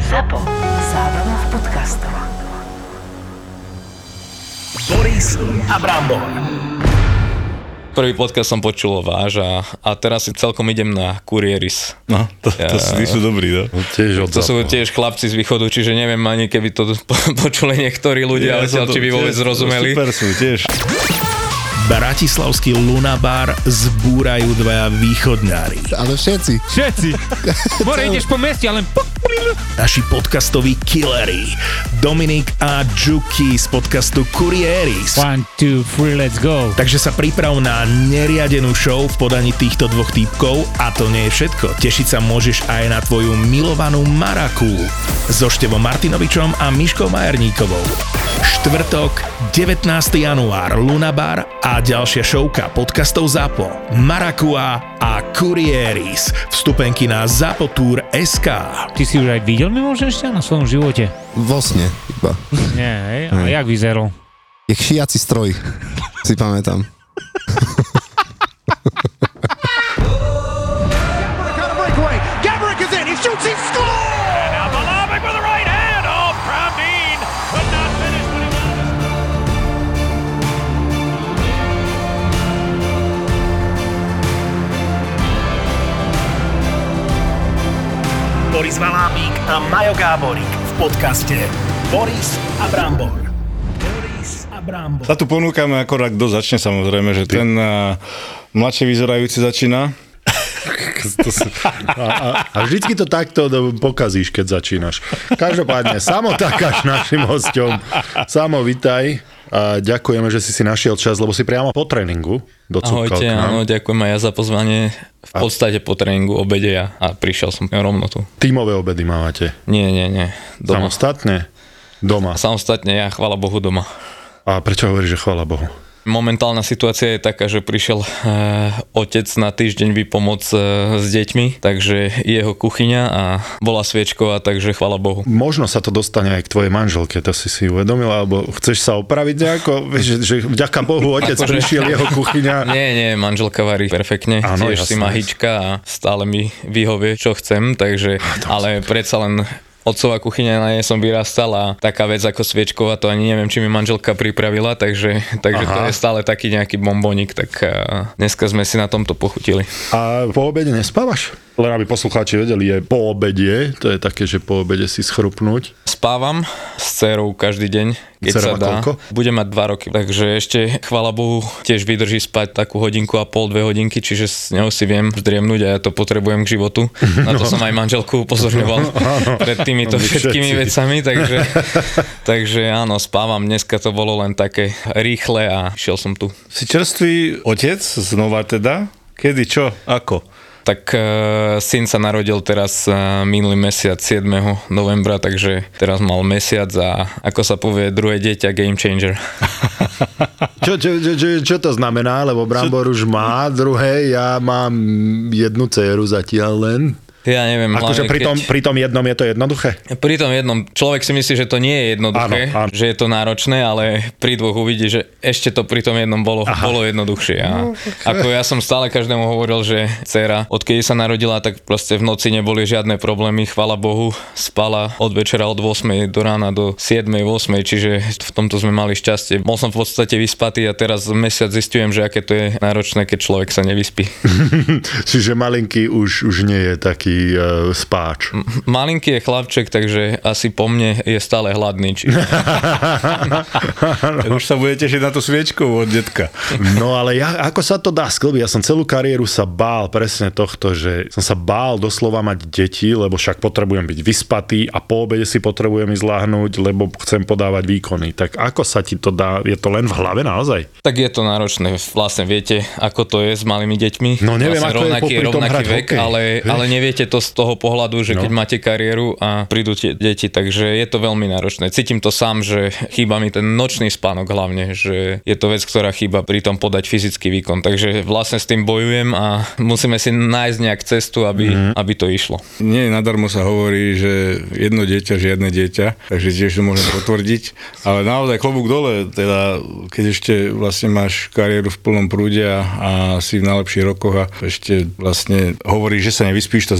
ZAPO. Zábrná v podcastov. Boris a Brambor. Prvý podcast som počul váš a teraz si celkom idem na Kurieris. No, to sú dobrí, no? To sú tiež chlapci z východu, čiže neviem ani keby to počuli niektorí ľudia, či by vôbec zrozumeli. Super sú tiež. Bratislavský Lunabar zbúrajú dvaja východňári. Ale všetci. More, ideš po meste, ale... Naši podcastoví killery. Dominik a Juki z podcastu Kurieris. 1, 2, 3, let's go. Takže sa priprav na neriadenú show v podaní týchto dvoch týpkov a to nie je všetko. Tešiť sa môžeš aj na tvoju milovanú Maraku so Števom Martinovičom a Miškou Majerníkovou. Štvrtok, 19. január, Lunabar a ďalšia šovka podcastov ZAPO, Marakua a Kurieris. Vstupenky na ZAPOtour.sk. Ty si už aj videl mimoženšťa na svojom živote? Vo sne iba. Nie, hej? A jak vyzeral? Je šiaci stroj, si pamätám. Boris Valábík a Majo Gáborík v podcaste Boris a Brambor. Boris a Brambor. Sa tu ponúkame akorát, kto začne, samozrejme, že ten mladšie vyzerajúci začína. A vždycky to takto pokazíš, keď začínaš. Každopádne, Samo takáš našim hosťom. Samo, vitaj. A ďakujeme, že si našiel čas, lebo si priamo po tréningu docúkal. Ahojte, áno, ďakujem aj ja za pozvanie. V podstate po tréningu, obede a prišiel som rovno tu. Tímové obedy mávate? Nie. Doma. Samostatne? Doma? Samostatne, ja chvála Bohu doma. A prečo hovoríš, že chvála Bohu? Momentálna situácia je taká, že prišiel otec na týždeň vypomoc s deťmi, takže jeho kuchyňa a bola sviečková, takže chvála Bohu. Možno sa to dostane aj k tvojej manželke, to si uvedomil, alebo chceš sa opraviť nejako? Vieš, že vďaka Bohu otec prišiel, jeho kuchyňa. Nie, manželka varí perfektne, áno, tiež jasné. Si ma hýčka a stále mi vyhovie, čo chcem, takže, ale predsa len otcová kuchyňa, na nej som vyrastal a taká vec ako sviečková, to ani neviem, či mi manželka pripravila, takže to je stále taký nejaký bombonik, tak dneska sme si na tomto pochutili. A po obede nespávaš? Len aby poslucháči vedeli, je po obede, to je také, že po obede si schrupnúť. Spávam s dcerou každý deň, keď Dcera sa dá. Koľko? Bude mať 2 roky, takže ešte, chvála Bohu, tiež vydrží spať takú 1,5 hodinku, 2 hodinky, čiže s ňou si viem zdriemnúť a ja to potrebujem k životu. Na to som aj manželku upozorňoval pred týmito všetkými vecami, takže áno, spávam. Dneska to bolo len také rýchle a šiel som tu. Si čerstvý otec, znova teda? Kedy, čo, ako? Tak syn sa narodil teraz minulý mesiac 7. novembra, takže teraz mal mesiac a ako sa povie, druhé dieťa game changer. Čo to znamená? Lebo Brambor už má druhé, ja mám jednu dceru zatiaľ len. Ja neviem. Akože pri tom jednom je to jednoduché? Pri tom jednom človek si myslí, že to nie je jednoduché, áno. Že je to náročné, ale pri dvoch uvidí, že ešte to pri tom jednom bolo jednoduchšie. A ako ja som stále každému hovoril, že dcera, odkedy sa narodila, tak proste v noci neboli žiadne problémy, chvála Bohu, spala od večera od 8 do rána do 7, 8, čiže v tomto sme mali šťastie. Bol som v podstate vyspatý a teraz mesiac zistujem, že aké to je náročné, keď človek sa nevyspí. Čiže malinký už nie je taký spáč. Malinký je chlapček, takže asi po mne je stále hladný. Už sa bude tešiť na tú sviečku od detka. No ale ako sa to dá sklbiť? Ja som celú kariéru sa bál presne tohto, že som sa bál doslova mať deti, lebo však potrebujem byť vyspatý a po obede si potrebujem ísť láhnuť, lebo chcem podávať výkony. Tak ako sa ti to dá? Je to len v hlave naozaj? Tak je to náročné. Vlastne viete, ako to je s malými deťmi. No neviem, vlastne ako je rovnaký vek, ale neviete to z toho pohľadu, že keď máte kariéru a prídu tie deti, takže je to veľmi náročné. Cítim to sám, že chýba mi ten nočný spánok hlavne, že je to vec, ktorá chýba pri tom podať fyzický výkon. Takže vlastne s tým bojujem a musíme si nájsť nejak cestu, aby to išlo. Nie nadarmo sa hovorí, že jedno dieťa, žiadne dieťa, takže tiež to môžem potvrdiť, ale naozaj klobúk dole, teda keď ešte vlastne máš kariéru v plnom prúde a si v najlepších rokoch a ešte vlastne hovoríš, že sa nevyspíš, to znamená,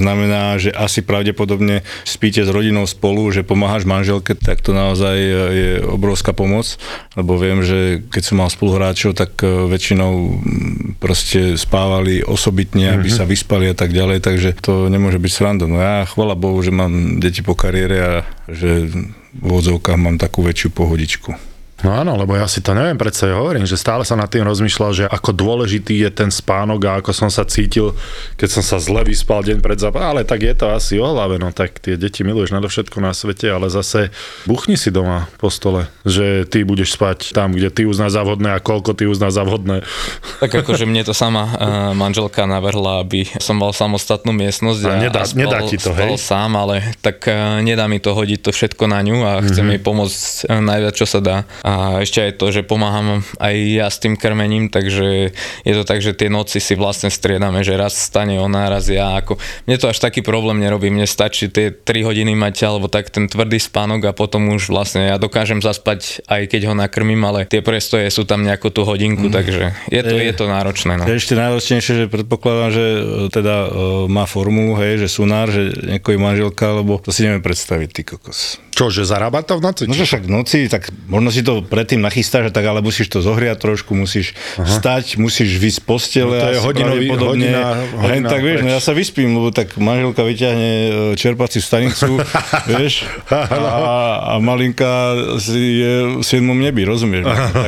znamená, že asi pravdepodobne spíte s rodinou spolu, že pomáhaš manželke, tak to naozaj je obrovská pomoc, lebo viem, že keď som mal spoluhráčov, tak väčšinou proste spávali osobitne, aby sa vyspali a tak ďalej, takže to nemôže byť sranda. No ja chvála Bohu, že mám deti po kariére a že v odzovkách mám takú väčšiu pohodičku. No áno, lebo ja si to neviem, predsa hovorím, že stále sa nad tým rozmýšľal, že ako dôležitý je ten spánok a ako som sa cítil, keď som sa zle vyspal deň pred zápasom, ale tak je to asi o hlave, no tak tie deti miluješ nadovšetko na svete, ale zase buchni si doma po stole, že ty budeš spať tam, kde ty uznáš za vhodné a koľko ty uznáš za vhodné. Tak akože mne to sama manželka navrhla, aby som mal samostatnú miestnosť a nedá ti to, spal hej? sám, ale tak nedá mi to hodiť to všetko na ňu a chcem jej pomôcť najviac, čo sa dá. A ešte aj to, že pomáham aj ja s tým krmením, takže je to tak, že tie noci si vlastne striedame, že raz stane ona, raz ja. Mne to až taký problém nerobí, mne stačí tie 3 hodiny mať, alebo tak ten tvrdý spánok a potom už vlastne ja dokážem zaspať, aj keď ho nakrmím, ale tie prestoje sú tam nejakú tú hodinku, takže je to náročné. No. Ešte náročnejšie, že predpokladám, že teda má formulu, hej, že sunár, že niekoho manželka, lebo to si neviem predstaviť, ty kokos. Čo, že zarába to v noci? No, že však v noci, tak možno si to predtým nachystáš, tak ale musíš to zohriať trošku, musíš vstať, musíš vyjsť z postele. No to je hodina. Tak vieš, no ja sa vyspím, lebo tak manželka vyťahne čerpaciu stanicu, vieš, a malinka je v 7. nebi, rozumieš?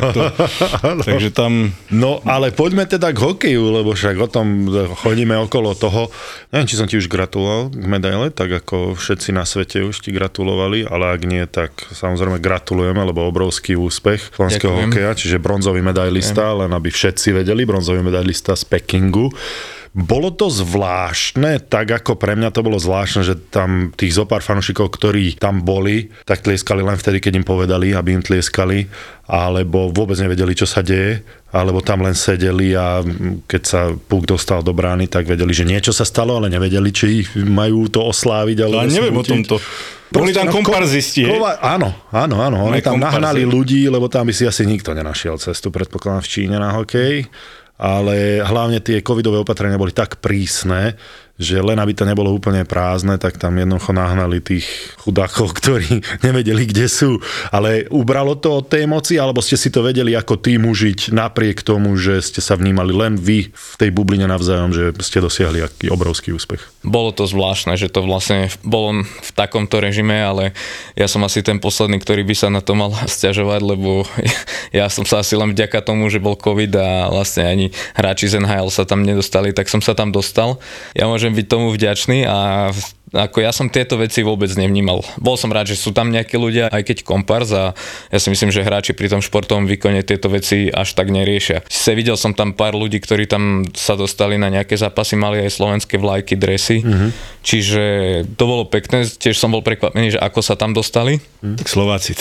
Takže tam... No, ale poďme teda k hokeju, lebo však o tom chodíme okolo toho. Neviem, či som ti už gratuloval k medaile, tak ako všetci na svete už ti gratulovali, ale ak nie, tak samozrejme gratulujeme, lebo obrovský úspech slovenského hokeja, čiže bronzový medailista, len aby všetci vedeli, bronzový medailista z Pekingu. Bolo to zvláštne, tak ako pre mňa to bolo zvláštne, že tam tých zopár fanúšikov, ktorí tam boli, tak tlieskali len vtedy, keď im povedali, aby im tlieskali, alebo vôbec nevedeli, čo sa deje, alebo tam len sedeli a keď sa puk dostal do brány, tak vedeli, že niečo sa stalo, ale nevedeli, či majú to osláviť. Ale neviem o tomto. Boli tam komparzisti. Áno. Oni tam nahnali ľudí, lebo tam by si asi nikto nenašiel cestu, predpokladám, v Číne na hokej. Ale hlavne tie covidové opatrenia boli tak prísne, že len aby to nebolo úplne prázdne, tak tam jednoducho nahnali tých chudákov, ktorí nevedeli, kde sú. Ale ubralo to od tej moci, alebo ste si to vedeli ako tým užiť napriek tomu, že ste sa vnímali len vy v tej bubline navzájom, že ste dosiahli aký obrovský úspech? Bolo to zvláštne, že to vlastne bolo v takomto režime, ale ja som asi ten posledný, ktorý by sa na to mal sťažovať, lebo ja som sa asi len vďaka tomu, že bol COVID a vlastne ani hráči z NHL sa tam nedostali, tak som sa tam dostal. Ja môžem byť tomu vďačný a ako ja som tieto veci vôbec nevnímal. Bol som rád, že sú tam nejakí ľudia, aj keď komparz a ja si myslím, že hráči pri tom športovom výkone tieto veci až tak neriešia. Videl som tam pár ľudí, ktorí tam sa dostali na nejaké zápasy, mali aj slovenské vlajky, dresy, čiže to bolo pekné, tiež som bol prekvapený, že ako sa tam dostali. Tak Slováci.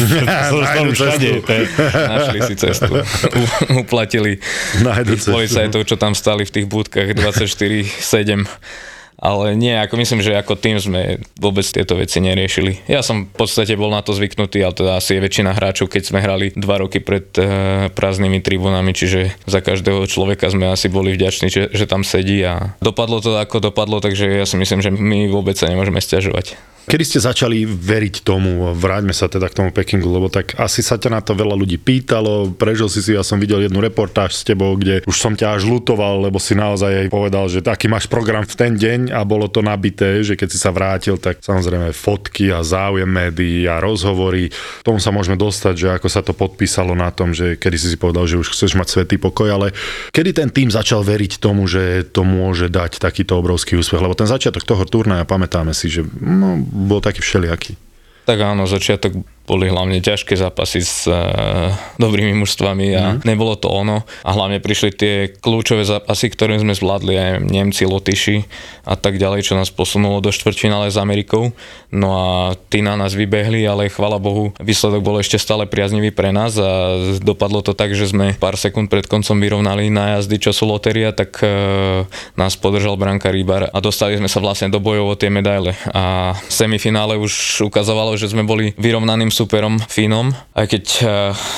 Našli si cestu. Uplatili tých policajtov, čo tam stali v tých budkách 24/7. Ale nie, ako myslím, že ako tým sme vôbec tieto veci neriešili. Ja som v podstate bol na to zvyknutý, ale teda asi je väčšina hráčov, keď sme hrali 2 roky pred prázdnymi tribunami, čiže za každého človeka sme asi boli vďační, že tam sedí a dopadlo to ako dopadlo, takže ja si myslím, že my vôbec sa nemôžeme sťažovať. Kedy ste začali veriť tomu, vráťme sa teda k tomu Pekingu, lebo tak asi sa ťa na to veľa ľudí pýtalo, prežil si, ja som videl jednu reportáž s tebou, kde už som ťa až ľutoval, lebo si naozaj aj povedal, že taký máš program v ten deň a bolo to nabité, že keď si sa vrátil, tak samozrejme fotky a záujem médií a rozhovory, k tomu sa môžeme dostať, že ako sa to podpísalo na tom, že kedy si povedal, že už chceš mať svätý pokoj, ale kedy ten tým začal veriť tomu, že to môže dať takýto obrovský úspech, lebo ten začiatok toho turnaja, pamätáme si, že bol taký všelijaký. Tak áno, začiatok boli hlavne ťažké zápasy s dobrými mužstvami a nebolo to ono. A hlavne prišli tie kľúčové zápasy, ktoré sme zvládli aj Nemci, Lotyši a tak ďalej, čo nás posunulo do štvrťfinále s Amerikou. No a tí na nás vybehli, ale chvála Bohu, výsledok bol ešte stále priaznivý pre nás a dopadlo to tak, že sme pár sekúnd pred koncom vyrovnali na jazdy, čo sú lotéria, tak nás podržal brankár Rybar a dostali sme sa vlastne do bojov o tie medaile. A v semifinále už ukazovalo, že sme boli vyrovnaným superom Fínom, aj keď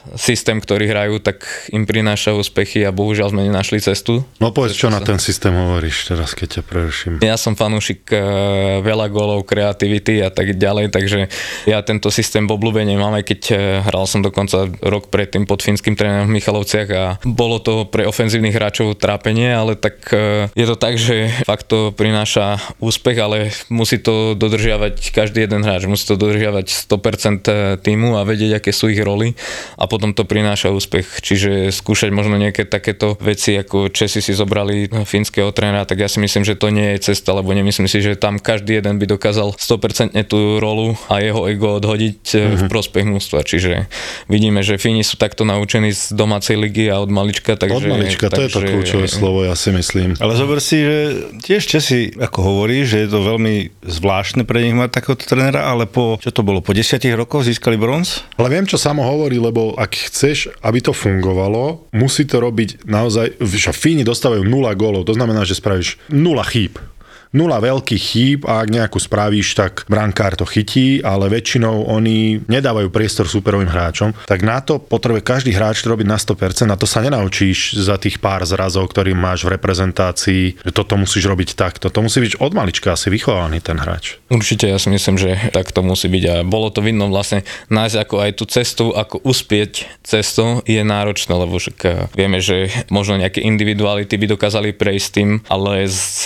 systém, ktorý hrajú, tak im prináša úspechy a bohužiaľ sme nenašli cestu. No povedz, čo na ten systém hovoríš teraz, keď ťa preruším. Ja som fanúšik veľa gólov, kreativity a tak ďalej, takže ja tento systém v obľúbene mám, aj keď hral som dokonca rok predtým pod fínskym trénerom v Michalovciach a bolo to pre ofenzívnych hráčov trápenie, ale tak je to tak, že fakt to prináša úspech, ale musí to dodržiavať každý jeden hráč, musí to dodržiavať 100% týmu a vedieť, aké sú ich roly a potom to prináša úspech. Čiže skúšať možno nejaké takéto veci, ako Česi si zobrali fínskeho trénera, tak ja si myslím, že to nie je cesta, lebo nemyslím si, že tam každý jeden by dokázal 100% tú rolu a jeho ego odhodiť v prospech mužstva. Čiže vidíme, že Fíni sú takto naučení z domácej ligy a od malička. Takže, od malička, to je to kľúčové slovo, ja si myslím. Ale zober si, že tiež Česi, ako hovorí, že je to veľmi zvláštne pre nich mať takéhoto trénera, ale po 10 rokoch získali bronz? Ale viem, čo Samo hovorí, lebo ak chceš, aby to fungovalo, musí to robiť naozaj, Fíni dostávajú 0 gólov, to znamená, že spravíš 0 chýb. 0 veľkých chýb a ak nejakú spravíš, tak brankár to chytí, ale väčšinou oni nedávajú priestor súperovým hráčom. Tak na to potrebuje každý hráč to robiť na 100% a to sa nenaučíš za tých pár zrazov, ktorý máš v reprezentácii, že toto musíš robiť takto. To musí byť od malička asi vychovaný ten hráč. Určite, ja si myslím, že tak to musí byť a bolo to vidno vlastne nájsť ako aj tú cestu, ako uspieť cestou je náročné, lebo však vieme, že možno nejaké individuality by dokázali prejsť tým, ale z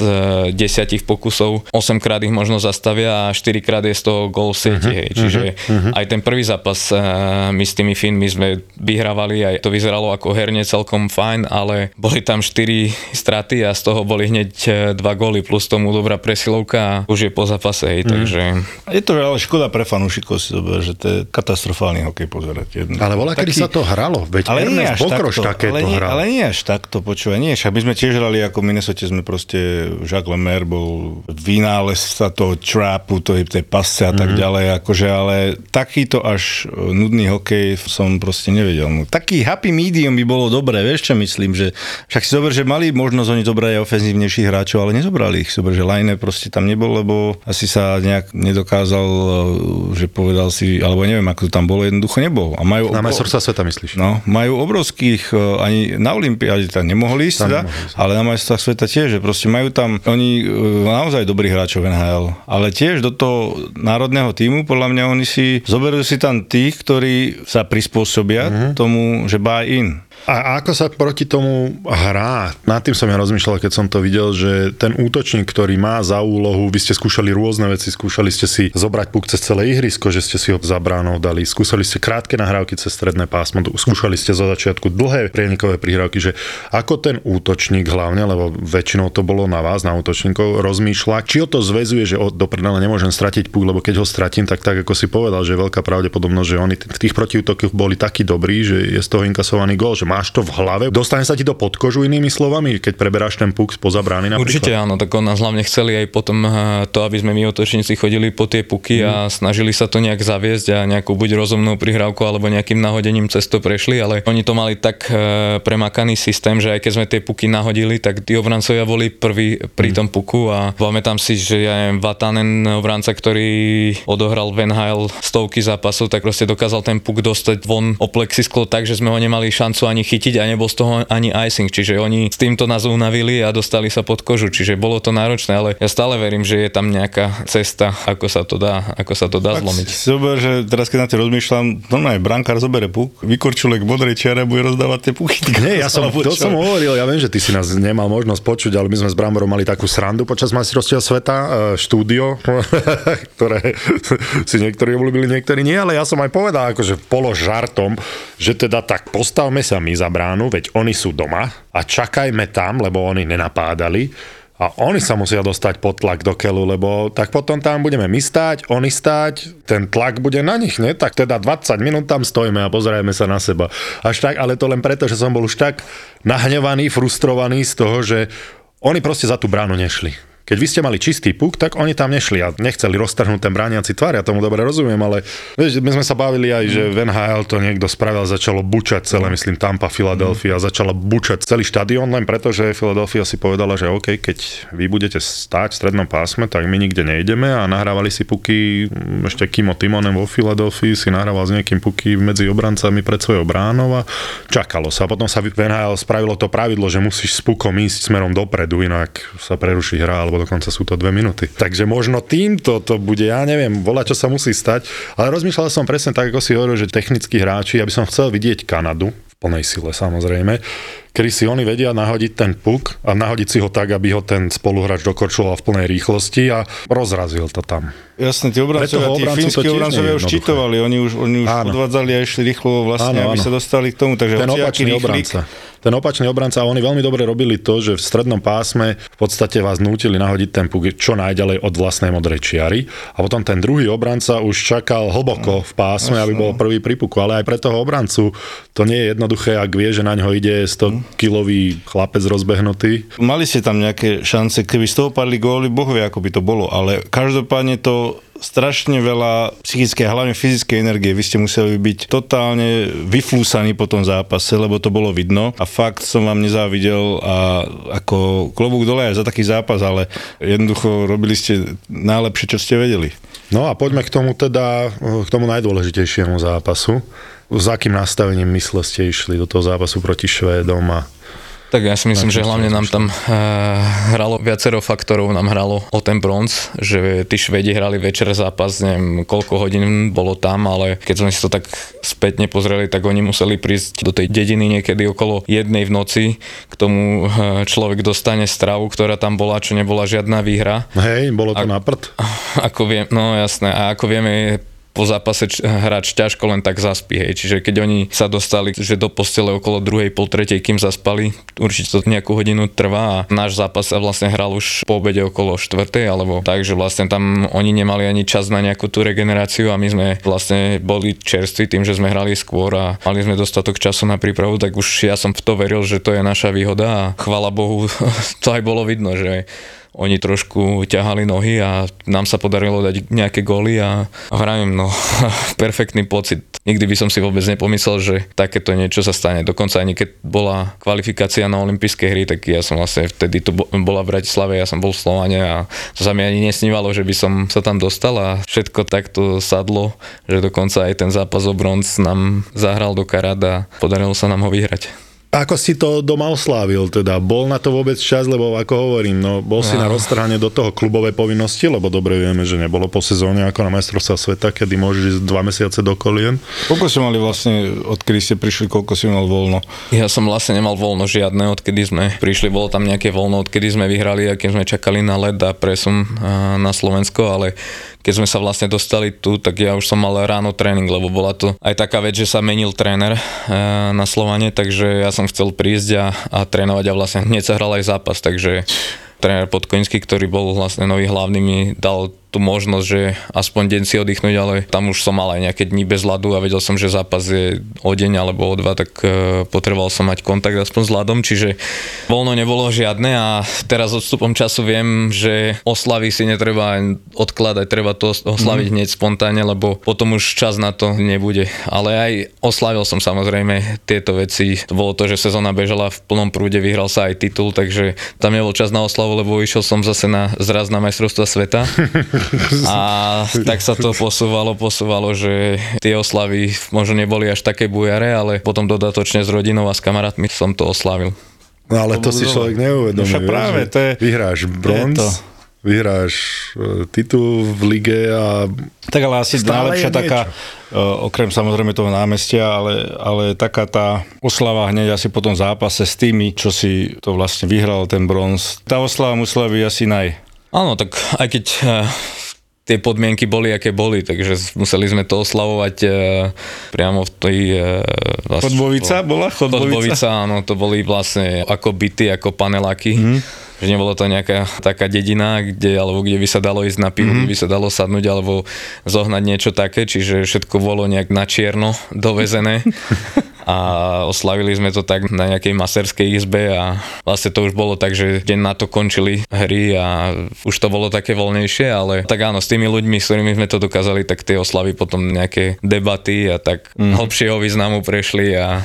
10 pokusov 8 krát ich možno zastavia a 4 krát je z toho gól v sieti. Čiže aj ten prvý zápas my s tými Fínmi sme vyhrávali a to vyzeralo ako herne celkom fajn, ale boli tam 4 straty a z toho boli hneď 2 góly plus tomu dobrá presilovka a už je po zápase. Takže... Je to ale škoda pre fanúšikov si zober, že to je katastrofálny hokej pozerať. Ale voľa, kedy sa to hralo, veď Ernest Bokroš takéto hral. Ale nie až takto, počúvaj, nie, však my sme tiež hrali ako v Minnesote, sme proste Jacques Lemaire bol vynález sa toho trapu, tej pasce a tak ďalej, akože, ale takýto až nudný hokej som proste nevedel. No, taký happy medium by bolo dobré, vieš čo myslím, že však si zober, že mali možnosť oni zobrať aj ofenzívnejších hráčov, ale nezobrali ich. Zober, že Laine proste tam nebol, lebo asi sa nejak nedokázal, že povedal si, alebo neviem, ako to tam bolo, jednoducho nebol. A majú na majstrovstvá sveta myslíš? No, majú obrovských, ani na olympiáde tam nemohli ísť, teda, ale na majstrovstvá sveta tiež, že proste majú tam, oni naozaj dobrých hráčov v NHL, ale tiež do toho národného tímu, podľa mňa oni si zoberú si tam tých, ktorí sa prispôsobia tomu, že buy in. A ako sa proti tomu hrá? Nad tým som ja rozmýšľal, keď som to videl, že ten útočník, ktorý má za úlohu, vy ste skúšali rôzne veci, skúšali ste si zobrať puk cez celé ihrisko, že ste si ho za bránou dali, skúšali ste krátke nahrávky cez stredné pásmo, skúšali ste zo začiatku dlhé prienikové prihrávky, že ako ten útočník hlavne, lebo väčšinou to bolo na vás, na útočníkov, rozmýšľa, či ho to zväzuje, že do prdele nemôžem stratiť puk, lebo keď ho stratím, tak ako si povedal, že je veľká pravdepodobnosť, že oni v tých protiútokoch boli takí dobrí, že je z toho inkasovaný gól, že máš to v hlave, dostane sa ti to pod kožu inými slovami, keď preberáš ten puk spoza brány napríklad? Určite áno, tak on nás hlavne chceli aj potom to, aby sme my útočníci chodili po tie puky a snažili sa to nejak zaviesť a nejakú buď rozumnou prihrávku alebo nejakým nahodením cez to prešli, ale oni to mali tak premakaný systém, že aj keď sme tie puky nahodili, tak tí obrancovia boli prví pri tom puku a pamätám si, že ja neviem, Vatanen obranca, ktorý odohral v NHL stovky zápasov, tak proste dokázal ten puk dostať von o plexisklo tak, že sme ho nemali šancu ani chytiť a nebol z toho ani icing, čiže oni s týmto nás unavili a dostali sa pod kožu, čiže bolo to náročné, ale ja stále verím, že je tam nejaká cesta, ako sa to dá zlomiť. Zober, že teraz keď na to rozmýšľam, normálne brankár zobere puk, vykorčule k modrej čiare a bude rozdávať tie puky. Nie, som hovoril, ja viem, že ty si nás nemal možnosť počuť, ale my sme s Bramborom mali takú srandu počas majstrovstiev sveta, štúdio, ktoré si niektorí obľúbili, niektorí nie, ale ja som aj povedal akože položartom, že teda tak postavme sa my za bránu, veď oni sú doma a čakajme tam, lebo oni nenapádali a oni sa musia dostať pod tlak do keľu, lebo tak potom tam budeme my stáť, oni stáť, ten tlak bude na nich, ne? Tak teda 20 minút tam stojíme a pozerajme sa na seba. Až tak, ale to len preto, že som bol už tak nahnevaný, frustrovaný z toho, že oni proste za tú bránu nešli. keď vy ste mali čistý puk, tak oni tam nešli a nechceli roztrhnúť ten brániaci tvar, ja tomu dobre rozumiem, ale vieš, my sme sa bavili aj, že v NHL to niekto spravil, začalo bučať celé, myslím Tampa, Philadelphia, začala bučať celý štadión, len preto, že Philadelphia si povedala, že OK, keď vy budete stáť v strednom pásme, tak my nikde nejdeme a nahrávali si puky, ešte Kimo Timonen vo Philadelphii si nahrával s niekým puky medzi obrancami pred svojou bránou a čakalo sa. A potom sa v NHL spravilo to pravidlo, že musíš s pukom ísť smerom dopredu, inak sa preruší hra, alebo dokonca sú to 2 minúty. Takže možno týmto to bude, ja neviem, čo sa musí stať, ale rozmýšľal som presne tak, ako si hovoril, že technickí hráči, ja by som chcel vidieť Kanadu, v plnej sile samozrejme, kedy si oni vedia nahodiť ten puk a nahodiť si ho tak, aby ho ten spoluhráč dokorčoval v plnej rýchlosti a rozrazil to tam. Jasne, tí obrancovia, tí fínsky obrancovia už čitovali, oni už podvádzali a išli rýchlo vlastne, aby sa dostali k tomu, takže ten opačný obranca, a oni veľmi dobre robili to, že v strednom pásme v podstate vás nútili nahodiť ten puk čo najďalej od vlastnej modrej čiary a potom ten druhý obranca už čakal hlboko v pásme, aby bol prvý pri puku, ale aj pre toho obrancu to nie je jednoduché, ak vie, že na ňo ide 100-kilový chlapec rozbehnutý. Mali ste tam nejaké šance, keby z toho padli góly, Boh vie, ako by to bolo, ale každopádne to strašne veľa psychickej a hlavne fyzickej energie. Vy ste museli byť totálne vyflúsaní po tom zápase, lebo to bolo vidno a fakt som vám nezávidel a ako klobúk dole aj za taký zápas, ale jednoducho robili ste najlepšie, čo ste vedeli. No a poďme k tomu najdôležitejšiemu zápasu. S akým nastavením mysle ste išli do toho zápasu proti Švédom a tak ja si myslím, že hlavne nám tam hralo viacero faktorov, nám hralo o ten bronz, že tí Švédi hrali večer zápas, neviem koľko hodín bolo tam, ale keď sme si to tak spätne pozreli, tak oni museli prísť do tej dediny niekedy okolo 1 v noci, k tomu človek dostane stravu, ktorá tam bola, čo nebola žiadna výhra. Hej, bolo to na prd. Ako viem, no jasné, a ako vieme, po zápase hráč ťažko len tak zaspí, hej. Čiže keď oni sa dostali, že do postele okolo 2:00, 2:30, kým zaspali, určite to nejakú hodinu trvá a náš zápas sa vlastne hral už po obede okolo 4:00, alebo tak, že vlastne tam oni nemali ani čas na nejakú tú regeneráciu a my sme vlastne boli čerství tým, že sme hrali skôr a mali sme dostatok času na prípravu, tak už ja som v to veril, že to je naša výhoda a chvála Bohu, to aj bolo vidno, že oni trošku ťahali nohy a nám sa podarilo dať nejaké góly a hrajem, perfektný pocit. Nikdy by som si vôbec nepomyslel, že takéto niečo sa stane. Dokonca ani keď bola kvalifikácia na olympijské hry, tak ja som vlastne vtedy to bola v Bratislave, ja som bol v Slovane a to sa mi ani nesnívalo, že by som sa tam dostal a všetko takto sadlo, že dokonca aj ten zápas o bronz nám zahral do karát a podarilo sa nám ho vyhrať. Ako si to doma oslávil teda? Bol na to vôbec čas, lebo ako hovorím, bol si na roztrhanie do toho klubovej povinnosti, lebo dobre vieme, že nebolo po sezóne ako na majstrovstvá sveta, kedy môžeš ísť 2 mesiace do kolien. Koľko si mali vlastne, odkedy ste prišli, koľko si mal voľno? Ja som vlastne nemal voľno žiadne, odkedy sme prišli, bolo tam nejaké voľno, odkedy sme vyhrali a keď sme čakali na let a presun na Slovensko, ale keď sme sa vlastne dostali tu, tak ja už som mal ráno tréning, lebo bola to aj taká vec, že sa menil tréner na Slovane, takže ja som chcel prísť a trénovať a vlastne hneď sa hral aj zápas, takže tréner Podkoňský, ktorý bol vlastne nový hlavný, mi dal tú možnosť, že aspoň deň si oddychnúť, ale tam už som mal aj nejaké dni bez ľadu a vedel som, že zápas je o deň alebo o 2, tak potreboval som mať kontakt aspoň s ľadom, čiže voľno nebolo žiadne a teraz odstupom času viem, že oslavy si netreba odkladať, treba to oslaviť hneď spontánne, lebo potom už čas na to nebude. Ale aj oslavil som samozrejme tieto veci. To bolo to, že sezóna bežala v plnom prúde, vyhral sa aj titul, takže tam nebol čas na oslavu, lebo išiel som zase zraz na majstrovstvá sveta. A tak sa to posúvalo, že tie oslavy možno neboli až také bujare, ale potom dodatočne s rodinou a s kamarátmi som to oslavil. No ale to si človek neuvedomuje. Práve, vyhráš bronz, vyhráš titul v lige a tak ale asi najlepšia taká, okrem samozrejme toho námestia, ale taká tá oslava hneď asi po tom zápase s tými, čo si to vlastne vyhral ten bronz. Tá oslava musela byť asi Áno, tak aj keď tie podmienky boli, aké boli, takže museli sme to oslavovať priamo v tej... Chodbovica bola? Chodbovica, áno, to boli vlastne ako byty, ako paneláky. Že nebolo to nejaká taká dedina, kde by sa dalo ísť na pivo, kde by sa dalo sadnúť alebo zohnať niečo také, čiže všetko bolo nejak na čierno dovezené. a oslavili sme to tak na nejakej maserskej izbe a vlastne to už bolo tak, že deň na to končili hry a už to bolo také voľnejšie, ale tak áno, s tými ľuďmi, s ktorými sme to dokázali, tak tie oslavy potom nejaké debaty a tak hlbšieho významu prešli a...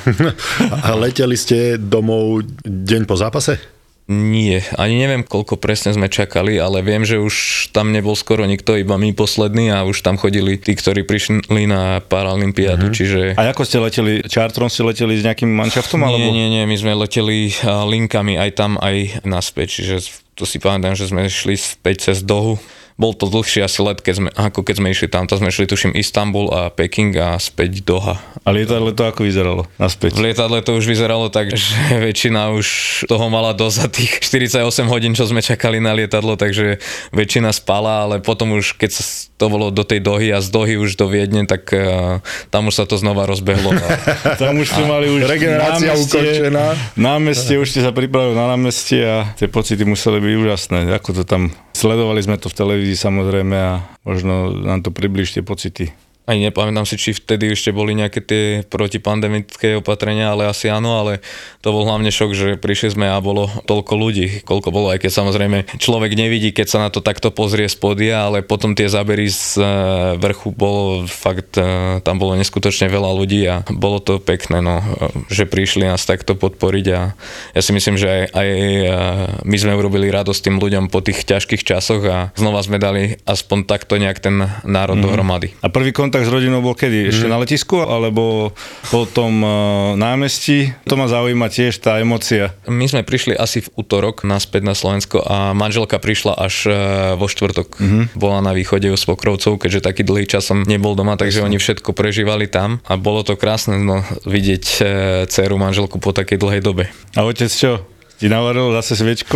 A leteli ste domov deň po zápase? Nie, ani neviem, koľko presne sme čakali, ale viem, že už tam nebol skoro nikto, iba my poslední a už tam chodili tí, ktorí prišli na Paralympiádu, čiže... A ako ste leteli? Čartrom ste leteli s nejakým manšaftom? Alebo... Nie, my sme leteli linkami aj tam, aj naspäť, čiže to si pamätám, že sme šli späť cez Dohu. Bol to dlhší asi let, keď sme išli tam. Tam sme šli, tuším, Istanbul a Peking a späť Doha. A lietadlo to ako vyzeralo naspäť? V lietadle to už vyzeralo tak, že väčšina už toho mala dosť za tých 48 hodín, čo sme čakali na lietadlo, takže väčšina spala, ale potom už, keď to bolo do tej Dohy a z Dohy už do Viedne, tak tam už sa to znova rozbehlo. Tam už ste mali už regenerácia ukončená. Námestie, už ste sa pripravili na námestie a tie pocity museli byť úžasné. Ako to tam... Sledovali sme to v televízii samozrejme a možno nám to približ tie pocity. Aj nepamätám si, či vtedy ešte boli nejaké tie protipandemické opatrenia, ale asi áno, ale to bol hlavne šok, že prišli sme a bolo toľko ľudí, koľko bolo, aj keď samozrejme človek nevidí, keď sa na to takto pozrie z podia, ale potom tie zábery z vrchu bolo fakt, tam bolo neskutočne veľa ľudí a bolo to pekné, no, že prišli nás takto podporiť a ja si myslím, že aj my sme urobili radosť tým ľuďom po tých ťažkých časoch a znova sme dali aspoň takto nejak ten národ dohromady. A prvý kontakt s rodinou bol kedy? Ešte na letisku alebo po tom námestí? To ma zaujíma tiež tá emócia. My sme prišli asi v utorok naspäť na Slovensko a manželka prišla až vo štvrtok. Bola na východe u svokrovcov, keďže taký dlhý čas som nebol doma, takže oni všetko prežívali tam a bolo to krásne vidieť dceru manželku po takej dlhej dobe. A otec čo? Ti navaril zase sviečkou?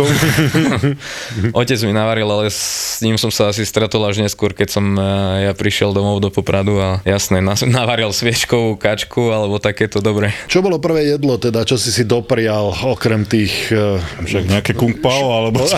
Otec mi navaril, ale s ním som sa asi stretol až neskôr, keď som ja prišiel domov do Popradu a jasné, navaril sviečkou, kačku alebo takéto dobre. Čo bolo prvé jedlo teda, čo si doprial okrem tých... Však nejaké kung pao alebo...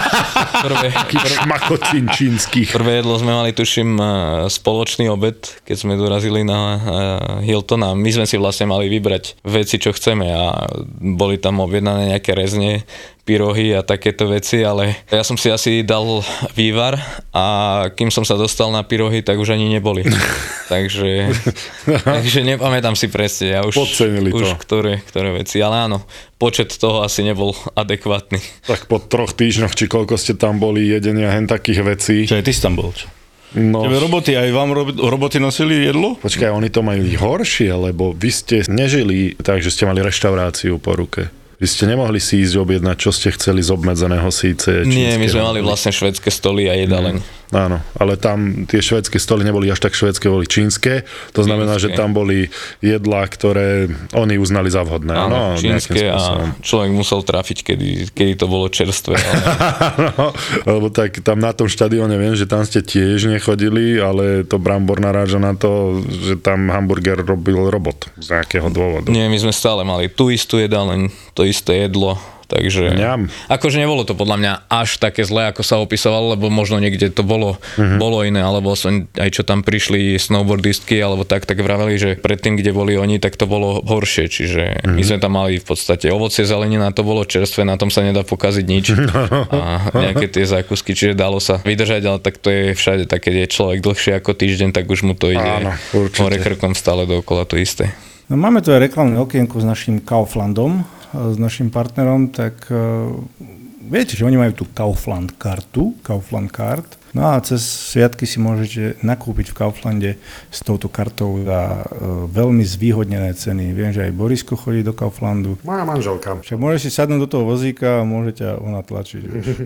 šmakotín čínskych. Prvé jedlo sme mali, tuším, spoločný obed, keď sme dorazili na Hilton a my sme si vlastne mali vybrať veci, čo chceme a boli tam objednané nejaké rezne, pyrohy a takéto veci, ale ja som si asi dal vývar a kým som sa dostal na pyrohy, tak už ani neboli. takže nepamätám si presne. Ja už ktoré veci, ale áno, počet toho asi nebol adekvátny. Tak po 3 týždňoch, či koľko ste tam boli jedenia hen takých vecí. Čo aj ty si tam bol, čo? No, tebe roboty, aj vám roboty nosili jedlo? Počkaj, oni to majú horšie, lebo vy ste nežili tak, že ste mali reštauráciu po ruke. Vy ste nemohli si ísť objednať, čo ste chceli z obmedzeného síce. Nie, my sme mali vlastne švédske stoly a jedáleň. Áno, ale tam tie švédske stoly neboli až tak švédske, boli čínske. To znamená, že tam boli jedlá, ktoré oni uznali za vhodné. Áno, čínske a človek musel trafiť, kedy to bolo čerstvé. Áno, lebo tak tam na tom štadióne viem, že tam ste tiež nechodili, ale to Brambor naráža na to, že tam hamburger robil robot z nejakého dôvodu. Nie, my sme stále mali tú istú jedáleň, to isté jedlo. Takže, akože nebolo to podľa mňa až také zlé, ako sa opisovalo, lebo možno niekde to bolo iné, alebo aj čo tam prišli snowboardistky, alebo tak vraveli, že predtým, kde boli oni, tak to bolo horšie, čiže my sme tam mali v podstate ovocie, zelenina, to bolo čerstvé, na tom sa nedá pokaziť nič a nejaké tie zákusky, čiže dalo sa vydržať, ale tak to je všade, tak keď je človek dlhšie ako týždeň, tak už mu to ide hore krkom stále dookola to isté. No, máme tu aj reklamné okienko s našim Kauflandom, s našim partnerom, tak viete, že oni majú tú Kaufland kartu, Kaufland Card. No a cez sviatky si môžete nakúpiť v Kauflande s touto kartou za veľmi zvýhodnené ceny. Viem, že aj Borisko chodí do Kauflandu. Moja manželka. Však môžeš si sadnúť do toho vozíka a môže ťa ona tlačiť.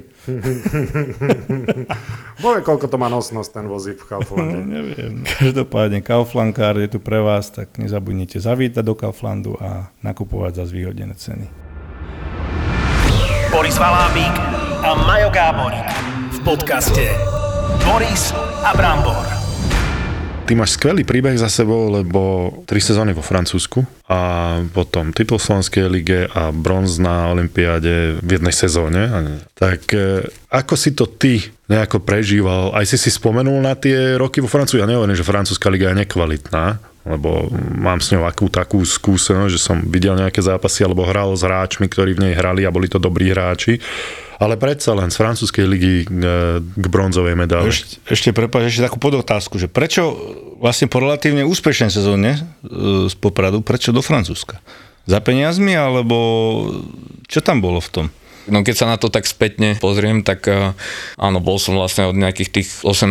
Bože, koľko to má nosnosť ten vozík v Kauflande? No, neviem. Každopádne Kaufland Card je tu pre vás, tak nezabudnite zavítať do Kauflandu a nakupovať za zvýhodnené ceny. Boris Valábík a Majo Gáborík v podcaste Boris a Brambor. Ty máš skvelý príbeh za sebou, lebo 3 sezóny vo Francúzsku a potom titul v Slovenskej lige a bronz na olympiáde v jednej sezóne. Tak ako si to ty nejako prežíval? Aj si spomenul na tie roky vo Francúzsku? Ja nehovorím, že francúzska liga je nekvalitná, lebo mám s ňou akú takú skúsenosť, že som videl nejaké zápasy alebo hral s hráčmi, ktorí v nej hrali a boli to dobrí hráči. Ale predsa len z francúzskej ligy k bronzovej medáli. Ešte prepáč, ešte takú podotázku, že prečo vlastne po relatívne úspešnej sezóne z Popradu, prečo do Francúzska? Za peniazmi, alebo čo tam bolo v tom? No keď sa na to tak spätne pozriem, tak áno, bol som vlastne od nejakých tých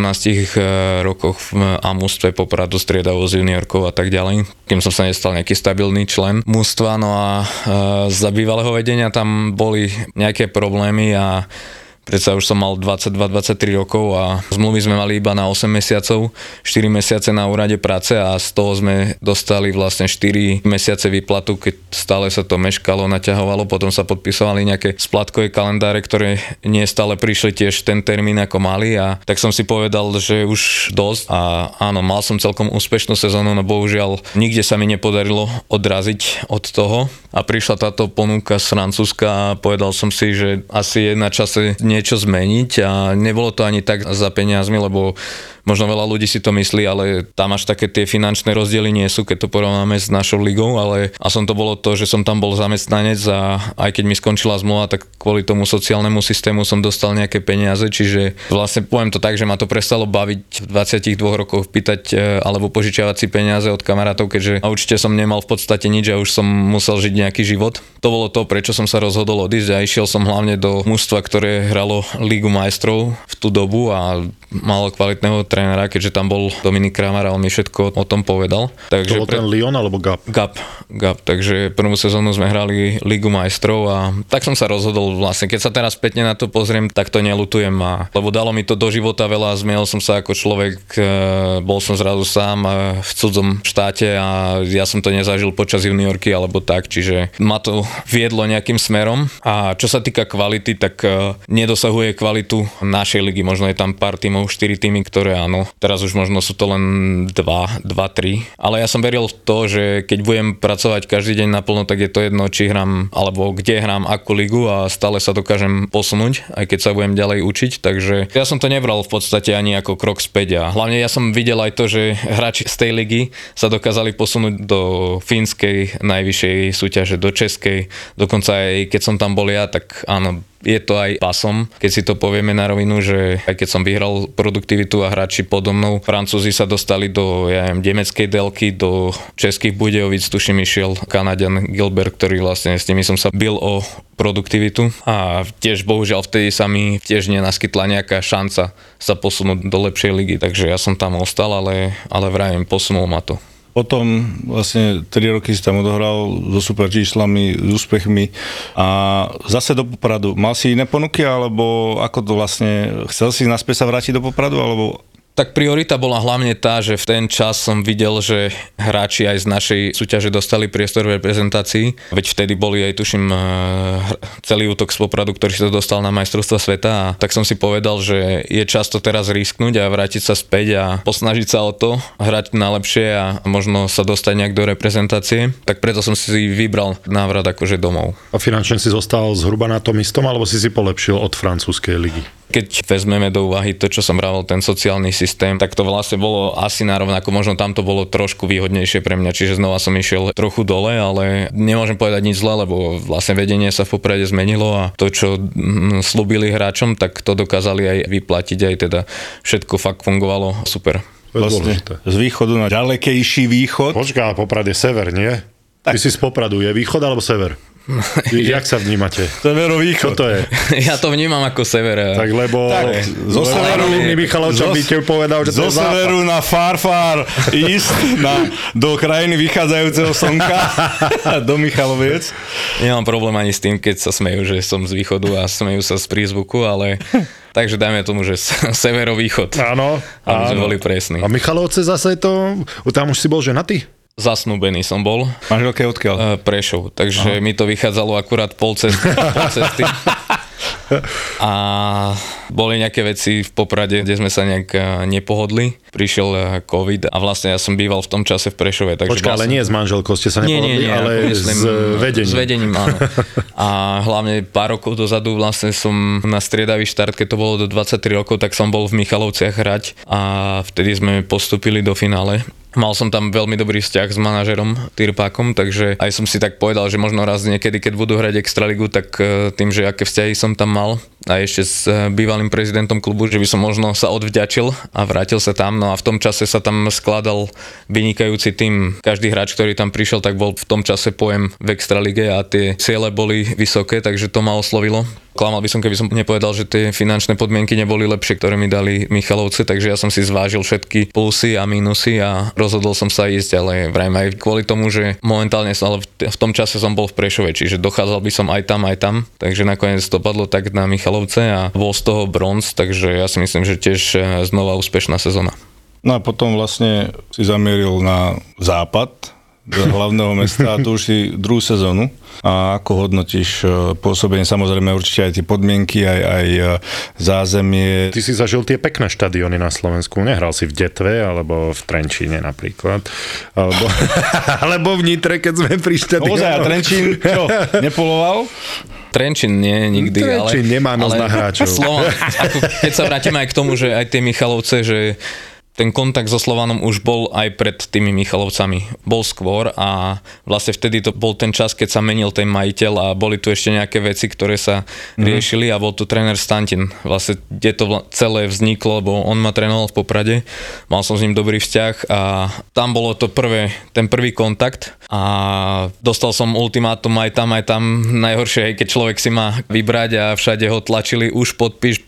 18 rokoch v mužstve Popradu, striedavo z juniorkov a tak ďalej, kým som sa nestal nejaký stabilný člen mužstva, no a za bývalého vedenia tam boli nejaké problémy a predsa už som mal 22-23 rokov a zmluvy sme mali iba na 8 mesiacov, 4 mesiace na úrade práce a z toho sme dostali vlastne 4 mesiace výplatu, keď stále sa to meškalo, naťahovalo, potom sa podpisovali nejaké splatkové kalendáre, ktoré nie stále prišli tiež ten termín ako mali a tak som si povedal, že už dosť a áno, mal som celkom úspešnú sezónu, no bohužiaľ nikde sa mi nepodarilo odraziť od toho a prišla táto ponuka z Francúzska a povedal som si, že asi je na čase niečo zmeniť a nebolo to ani tak za peniazmi, lebo možno veľa ľudí si to myslí, ale tam až také tie finančné rozdiely nie sú, keď to porovnáme s našou ligou, ale a som to bolo to, že som tam bol zamestnanec a aj keď mi skončila zmluva, tak kvôli tomu sociálnemu systému som dostal nejaké peniaze, čiže vlastne poviem to tak, že ma to prestalo baviť v 22 rokoch pýtať alebo požičiavať si peniaze od kamarátov, keďže určite som nemal v podstate nič a už som musel žiť nejaký život. To bolo to, prečo som sa rozhodol odísť a išiel som hlavne do mužstva, ktoré hralo Ligu majstrov v tú dobu a malo kvalitného trénera, keďže tam bol Dominik Kramar a on mi všetko o tom povedal. Takže to bol ten Lyon alebo Gap? Gap, takže prvú sezónu sme hrali Ligu majstrov a tak som sa rozhodol vlastne, keď sa teraz spätne na to pozriem, tak to neľutujem, lebo dalo mi to do života veľa, zmienil som sa ako človek, bol som zrazu sám v cudzom štáte a ja som to nezažil počas juniorky alebo tak, čiže ma to viedlo nejakým smerom a čo sa týka kvality, tak nedosahuje kvalitu našej ligy, možno je tam pár tímov, 4 tímy, ktoré áno, teraz už možno sú to len 2-3, ale ja som veril v to, že keď budem pracovať každý deň naplno, tak je to jedno, či hrám, alebo kde hrám akú ligu a stále sa dokážem posunúť, aj keď sa budem ďalej učiť, takže ja som to nebral v podstate ani ako krok späť a hlavne ja som videl aj to, že hráči z tej ligy sa dokázali posunúť do fínskej najvyššej súťaže, do českej, dokonca aj keď som tam bol ja, tak áno, je to aj pasom, keď si to povieme na rovinu, že aj keď som vyhral produktivitu a hráči podo mnou, Francúzi sa dostali do nemeckej delky, do českých Budějovic, tuším išiel Kanaďan Gilbert, ktorý vlastne s nimi som sa bil o produktivitu a tiež bohužiaľ vtedy sa mi tiež nenaskytla nejaká šanca sa posunúť do lepšej ligy, takže ja som tam ostal, ale vravím, posunul ma to. Potom vlastne 3 roky si tam odohral so super číslami, s úspechmi a zase do Popradu. Mal si iné ponuky, alebo ako to vlastne, chcel si naspäť sa vrátiť do Popradu, alebo... Tak priorita bola hlavne tá, že v ten čas som videl, že hráči aj z našej súťaže dostali priestor v reprezentácii. Veď vtedy boli aj, tuším, celý útok z Popradu, ktorý sa dostal na majstrovstvá sveta. A tak som si povedal, že je čas to teraz risknúť a vrátiť sa späť a posnažiť sa o to, hrať najlepšie a možno sa dostať nejak do reprezentácie. Tak preto som si vybral návrat akože domov. A finančne si zostal zhruba na tom istom, alebo si polepšil od francúzskej ligy? Keď vezmeme do úvahy to, čo som vravel, ten sociálny systém, tak to vlastne bolo asi narovnako, možno tam to bolo trošku výhodnejšie pre mňa, čiže znova som išiel trochu dole, ale nemôžem povedať nič zle, lebo vlastne vedenie sa v Poprade zmenilo a to, čo slúbili hráčom, tak to dokázali aj vyplatiť, aj teda všetko fakt fungovalo super. Vlastne z východu na ďalekejší východ. Počká, Poprad je sever, nie? Ty si z Popradu, je východ alebo sever? Jak sa vnímate? Severovýchod. Čo to je? Ja to vnímam ako sever. Tak lebo... Zo severu... Michalovčan by ti povedal, že to je západ. Zo severu na far east, do krajiny vychádzajúceho slnka, do Michaloviec. Nemám problém ani s tým, keď sa smejú, že som z východu a smejú sa z prízvuku, ale... Takže dajme tomu, že severovýchod. Áno. Aby sme boli presní. A Michalovce zase to... Tam už si bol ženatý? Zasnúbený som bol. Manželka je odkiaľ? Prešov, takže mi to vychádzalo akurát pol cesty. A boli nejaké veci v Poprade, kde sme sa nejak nepohodli. prišiel COVID a vlastne ja som býval v tom čase v Prešove. Takže Počkaj, ale nie s manželkou ste sa nepohodli, ale myslím, s vedením. S vedením, áno. A hlavne pár rokov dozadu vlastne som na striedavý štart, keď to bolo do 23 rokov, tak som bol v Michalovciach hrať a vtedy sme postúpili do finále. Mal som tam veľmi dobrý vzťah s manažerom Tyrpákom, takže aj som si tak povedal, že možno raz niekedy, keď budú hrať Extraligu, tak tým, že aké vzťahy som tam mal a ešte s bývalým prezidentom klubu, že by som možno sa odvďačil a vrátil sa tam. No a v tom čase sa tam skladal vynikajúci tým. Každý hráč, ktorý tam prišiel, tak bol v tom čase pojem v Extralige a tie ciele boli vysoké, takže to ma oslovilo. Klamal by som, keby som nepovedal, že tie finančné podmienky neboli lepšie, ktoré mi dali Michalovce, takže ja som si zvážil všetky plusy a mínusy a rozhodol som sa ísť, ale vrajme aj kvôli tomu, že momentálne v tom čase som bol v Prešove, čiže dochádzal by som aj tam, takže nakoniec to padlo tak na Michalovce a bol z toho bronz, takže ja si myslím, že tiež znova úspešná sezóna. No a potom vlastne si zamieril na západ do hlavného mesta a tu už si druhú sezónu. A ako hodnotíš pôsobenie, samozrejme určite aj tie podmienky, aj zázemie. Ty si zažil tie pekné štadióny na Slovensku, nehral si v Detve alebo v Trenčíne napríklad, alebo v Nitre, keď sme pri štadiónoch. Ozaj, a Trenčín čo, nepoloval? Trenčín nie, nikdy, Trenčín nemá nos na hráčov. Slovan, keď sa vrátime aj k tomu, že aj tie Michalovce, že ten kontakt so Slovanom už bol aj pred tými Michalovcami. Bol skôr a vlastne vtedy to bol ten čas, keď sa menil ten majiteľ a boli tu ešte nejaké veci, ktoré sa riešili a bol tu tréner Stantin. Vlastne kde to celé vzniklo, lebo on ma trénoval v Poprade, mal som s ním dobrý vzťah a tam bolo to ten prvý kontakt a dostal som ultimátum aj tam. Najhoršie, keď človek si má vybrať a všade ho tlačili už podpíš,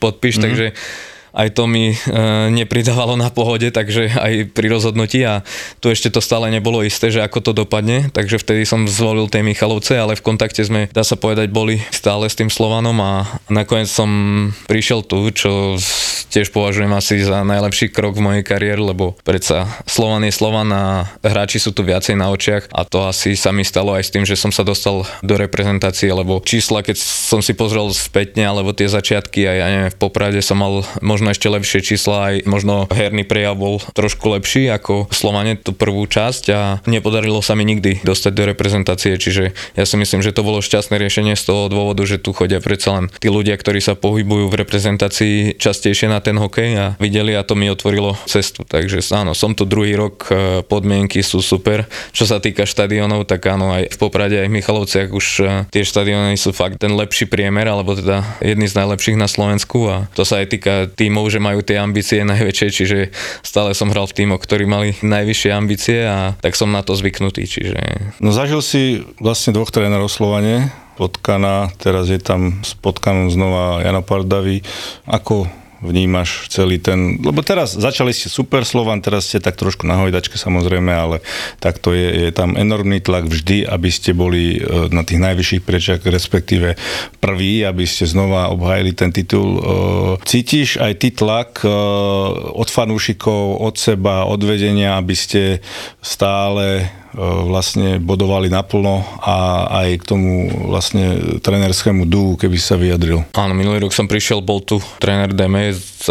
takže aj to mi nepridávalo na pohode, takže aj pri rozhodnutí a tu ešte to stále nebolo isté, že ako to dopadne, takže vtedy som zvolil tej Michalovce, ale v kontakte sme, dá sa povedať, boli stále s tým Slovanom a nakoniec som prišiel tu, čo tiež považujem asi za najlepší krok v mojej kariére, lebo predsa Slovan je Slovan a hráči sú tu viacej na očiach a to asi sa mi stalo aj s tým, že som sa dostal do reprezentácie, lebo čísla, keď som si pozrel spätne, alebo tie začiatky aj ja neviem, v Poprade som mal možno ešte lepšie čísla, aj možno herný prejav bol trošku lepší ako Slovane tú prvú časť a nepodarilo sa mi nikdy dostať do reprezentácie, čiže ja si myslím, že to bolo šťastné riešenie z toho dôvodu, že tu chodia predsa len tí ľudia, ktorí sa pohybujú v reprezentácii častejšie na ten hokej a videli a to mi otvorilo cestu, takže áno, som tu druhý rok, podmienky sú super. Čo sa týka štadiónov, tak áno, aj v Poprade, aj v Michalovciach už tie štadióny sú fakt ten lepší priemer, alebo teda jedný z najlepších na Slovensku a to sa aj týka tímov, že majú tie ambície najväčšie, čiže stále som hral v tímoch, ktorí mali najvyššie ambície a tak som na to zvyknutý, čiže... No zažil si vlastne dvoch trénerov Slovane, Potkana, teraz je tam s Potkanom znova Jano Pardavý. Ako vnímaš celý ten, lebo teraz začali ste super Slovan, teraz ste tak trošku na hojdačke samozrejme, ale takto je tam enormný tlak vždy, aby ste boli na tých najvyšších priečkách, respektíve prví, aby ste znova obhájili ten titul. Cítiš aj ty tlak od fanúšikov, od seba, od vedenia, aby ste stále vlastne bodovali naplno a aj k tomu vlastne trénerskému dúhu, keby sa vyjadril. Áno, minulý rok som prišiel, bol tu tréner Deme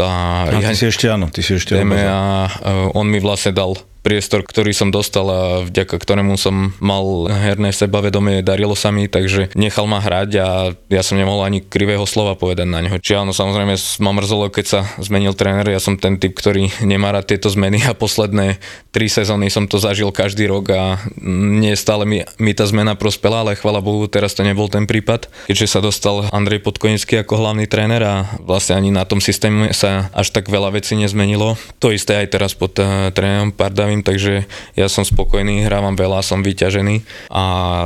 a ty si ešte Deme a on mi vlastne dal priestor, ktorý som dostal a vďaka ktorému som mal herné sebavedomie, darilo sa mi, takže nechal ma hrať a ja som nemohol ani krivého slova povedať na neho. Čiže áno, samozrejme ma mrzelo, keď sa zmenil tréner, ja som ten typ, ktorý nemá rád tieto zmeny a posledné 3 sezóny som to zažil každý rok a nie stále mi tá zmena prospela, ale chvala Bohu, teraz to nebol ten prípad, keďže sa dostal Andrej Podkonický ako hlavný tréner a vlastne ani na tom systéme sa až tak veľa vecí nezmenilo. To isté aj teraz pod trénerom Pardavým, takže ja som spokojný, hrávam veľa, som vyťažený a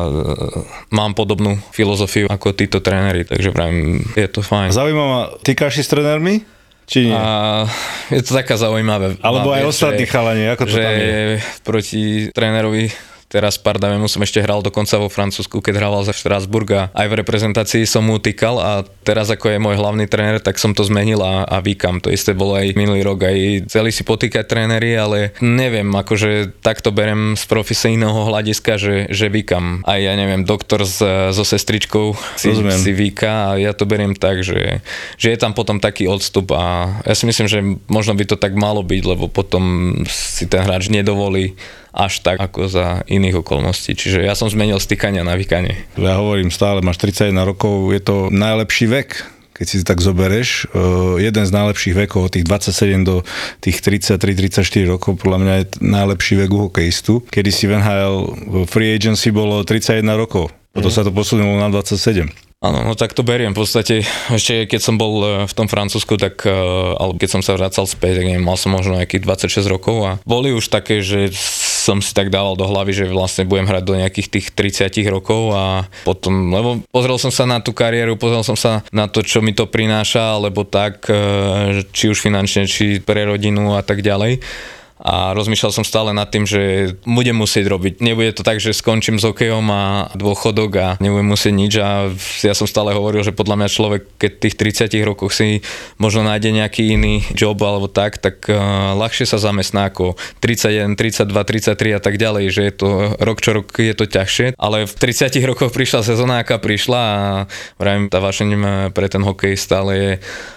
mám podobnú filozofiu ako títo tréneri, takže pravím, je to fajn. Zaujímavá, týkaš si s trénermi? Či nie? Je to taká zaujímavé. Alebo aj ostatní chalani, ako to tam je? Proti trénerovi teraz Pardavemu som ešte hral dokonca vo Francúzsku, keď hrával za Štrasburg a aj v reprezentácii som mu týkal a teraz ako je môj hlavný tréner, tak som to zmenil a vykam. To isté bolo aj minulý rok, aj chceli si potýkať tréneri, ale neviem, akože takto berem z profesijného hľadiska, že vykam. Aj ja neviem, doktor so sestričkou si vyká a ja to beriem tak, že je tam potom taký odstup a ja si myslím, že možno by to tak malo byť, lebo potom si ten hráč nedovolí až tak ako za iných okolností. Čiže ja som zmenil stýkania na vykanie. Ja hovorím stále, máš 31 rokov, je to najlepší vek. Keď si tak zobereš, jeden z najlepších vekov od tých 27 do tých 33-34 rokov, podľa mňa je najlepší vek u hokejistu. Kedy si v NHL free agency bolo 31 rokov, potom sa to posunulo na 27. Áno, no tak to beriem. V podstate ešte keď som bol v tom Francúzsku, tak alebo keď som sa vracal späť, tak neviem, mal som možno nejakých 26 rokov a boli už také, že som si tak dával do hlavy, že vlastne budem hrať do nejakých tých 30 rokov a potom, lebo pozrel som sa na tú kariéru, pozrel som sa na to, čo mi to prináša, alebo tak, či už finančne, či pre rodinu a tak ďalej. A rozmýšľal som stále nad tým, že budem musieť robiť. Nebude to tak, že skončím s hokejom a dôchodok a nebudem musieť nič a ja som stále hovoril, že podľa mňa človek, keď v tých 30 rokoch si možno nájde nejaký iný job alebo tak ľahšie sa zamestná ako 31, 32, 33 a tak ďalej, že je to rok čo rok je to ťažšie, ale v 30 rokoch prišla sezóna, aká prišla a vravím, tá vášeň pre ten hokej stále je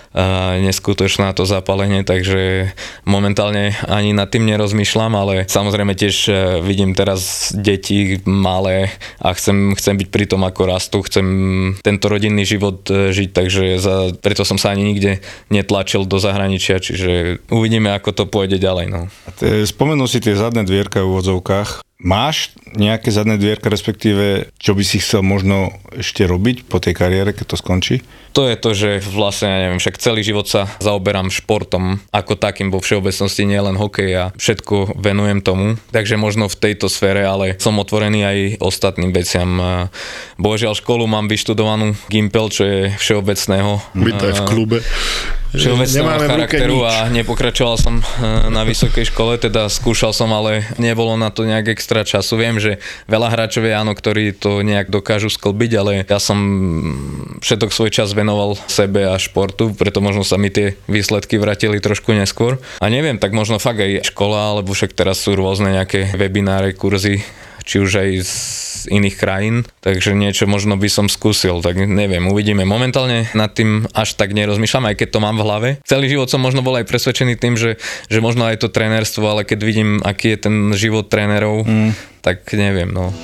neskutočná to zapálenie, takže momentálne ani nad tým nerozmýšľam, ale samozrejme tiež vidím teraz deti malé a chcem byť pri tom, ako rastú, chcem tento rodinný život žiť, takže preto som sa ani nikde netlačil do zahraničia, čiže uvidíme, ako to pôjde ďalej. No. Spomenul si tie zadné dvierka v úvodzovkách. Máš nejaké zadné dvierka, respektíve, čo by si chcel možno ešte robiť po tej kariére, keď to skončí? To je to, že vlastne, ja neviem, však celý život sa zaoberám športom ako takým vo všeobecnosti, nie len hokej a všetko venujem tomu. Takže možno v tejto sfére, ale som otvorený aj ostatným veciam. Bohužiaľ školu mám vyštudovanú Gimpel, čo je všeobecného. Byť aj v klube. Všeobecného charakteru a nepokračoval som na vysokej škole, teda skúšal som, ale nebolo na to nejak extra času. Viem, že veľa hráčov je áno, ktorí to nejak dokážu sklbiť, ale ja som všetok svoj čas venoval sebe a športu, preto možno sa mi tie výsledky vrátili trošku neskôr. A neviem, tak možno fakt aj škola, alebo však teraz sú rôzne nejaké webináre, kurzy, či už aj z iných krajín, takže niečo možno by som skúsil, tak neviem, uvidíme. Momentálne nad tým až tak nerozmýšľam, aj keď to mám v hlave. Celý život som možno bol aj presvedčený tým, že možno aj to trénerstvo, ale keď vidím, aký je ten život trénerov, tak neviem, no.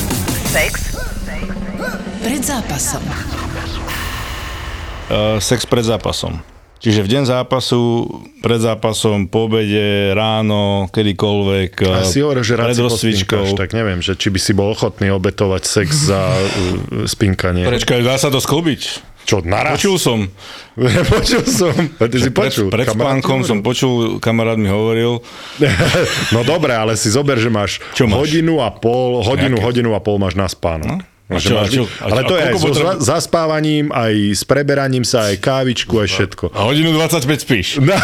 Sex pred zápasom. Sex pred zápasom. Čiže v deň zápasu, pred zápasom, po obede, ráno, kedykoľvek, a si hovoril, že rád pred rozcvičkou. Tak neviem, že či by si bol ochotný obetovať sex za spinkanie. Počkaj, dá sa to sklbiť? Čo, naraz? Počul som. A ty si počul. Pred spánkom som počul, kamarát mi hovoril. No dobre, ale si zober, že máš hodinu a pol máš na spánok. No? Ale to je aj so zaspávaním, aj s preberaním sa, aj kávičku, aj všetko. A hodinu 25 spíš. No.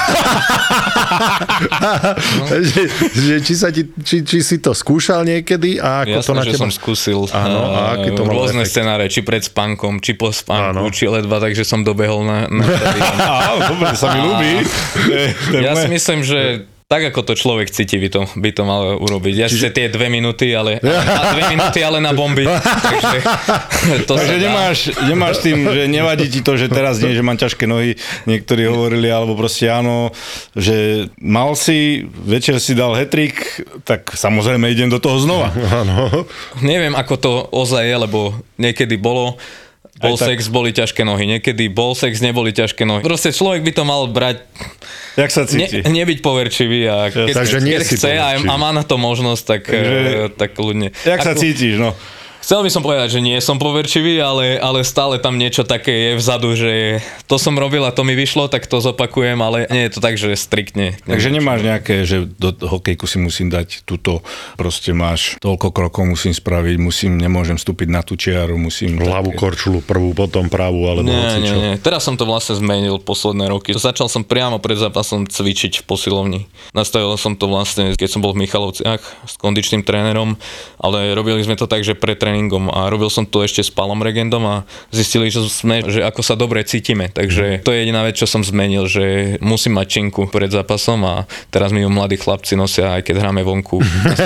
Či si to skúšal niekedy a ako jasné, to na teba? Jasné, že som skúsil efekt? Rôzne scenáre, či pred spánkom, či po spánku, či ledva, takže som dobehol na dobre, sa mi ľúbi. Ja si myslím, že tak ako to človek cíti, by to mal urobiť. Ja sice tie 2 minúty, ale na bomby. Takže nemáš tým, že nevadí ti to, že teraz nie, že mám ťažké nohy, niektorí hovorili, alebo proste áno, že mal si, večer si dal hat-trick, tak samozrejme idem do toho znova. Neviem, ako to ozaj je, lebo niekedy bol sex, boli ťažké nohy. Niekedy bol sex, neboli ťažké nohy. Proste človek by to mal brať. Jak sa cíti? Nebyť poverčivý a keď chce a má na to možnosť, tak ľudne. Jak sa cítiš, no? Chcel by som povedať, že nie som poverčivý, ale stále tam niečo také je vzadu, že to som robil a to mi vyšlo, tak to zopakujem, ale nie je to tak, že striktne. Takže nemáš nejaké, že do hokejku si musím dať túto, proste máš toľko krokov musím spraviť, nemôžem vstúpiť na tú čiaru, musím... Ľavú korčulu prvú, potom pravú, alebo hocičo. Nie. Teraz som to vlastne zmenil posledné roky. Začal som priamo pred zápasom cvičiť v posilovni. Nastavil som to vlastne, keď som bol v Michalovciach s kondičným trénerom, ale robili sme to tak, že pred tréningom a robil som to ešte s Palom Regendom a zistili, že ako sa dobre cítime. Takže to je jediná vec, čo som zmenil, že musím mať činku pred zápasom a teraz mi ju mladí chlapci nosia, aj keď hráme vonku,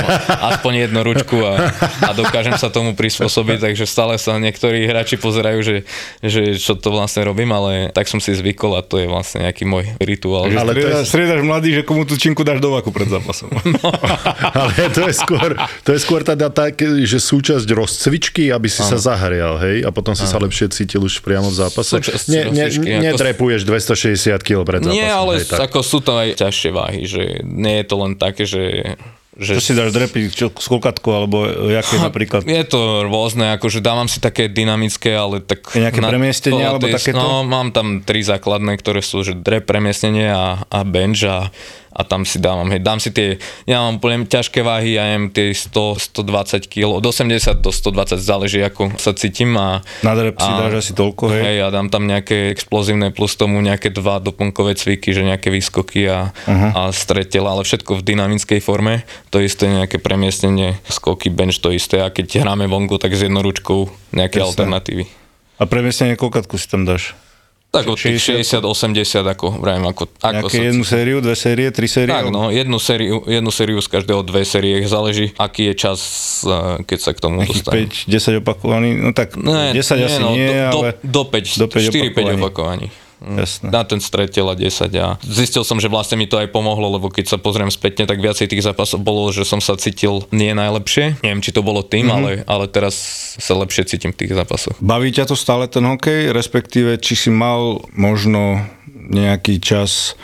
aspoň jednu ručku a dokážem sa tomu prispôsobiť, takže stále sa niektorí hráči pozerajú, že čo to vlastne robím, ale tak som si zvykol a to je vlastne nejaký môj rituál. Ale striedaš mladý, že komu tú činku dáš do vaku pred zápasom. No. Ale to je skôr teda tak, že súčasť rozcvičky, aby si sa zahrial, hej, a potom si sa lepšie cítil už priamo v zápase. Nedrepuješ 260 kg pred zápasom. Nie, ale ako sú to aj ťažšie váhy, že nie je to len také, že čo si dáš drepy, skolkatku, alebo jaké napríklad? Je to rôzne, akože dávam si také dynamické, ale tak... Je nejaké premiestnenie, alebo takéto? No, mám tam 3 základné, ktoré sú, že drep, premiestnenie a bench a tam si dávam, dám si tie, ja mám úplne ťažké váhy, ja jem tie 100-120 kg, od 80 do 120 záleží, ako sa cítim a... Na drep si dáš asi toľko, hej? Hej, ja dám tam nejaké explozívne, plus tomu nejaké 2 doplnkové cviky, že nejaké výskoky a stretela, ale všetko v dynamickej forme, to isté nejaké premiestnenie, skoky, bench, to isté a keď hráme vonku, tak s jednou ručkou nejaké alternatívy. A premiestnenie koľkatku si tam dáš? Tak od 60-80 ako vrajím. Nejaké jednu sériu, 2 série, 3 série? Tak no, jednu sériu z každého 2 série, záleží, aký je čas, keď sa k tomu dostane. 5-10 opakovaní, no tak 10 asi nie, ale... Do 5, 4-5 opakovaní. Jasné. Na ten stretel a 10 a zistil som, že vlastne mi to aj pomohlo, lebo keď sa pozriem spätne, tak viacej tých zápasov bolo, že som sa cítil nie najlepšie. Neviem, či to bolo tým, ale teraz sa lepšie cítim v tých zápasoch. Baví ťa to stále ten hokej, respektíve či si mal možno nejaký čas,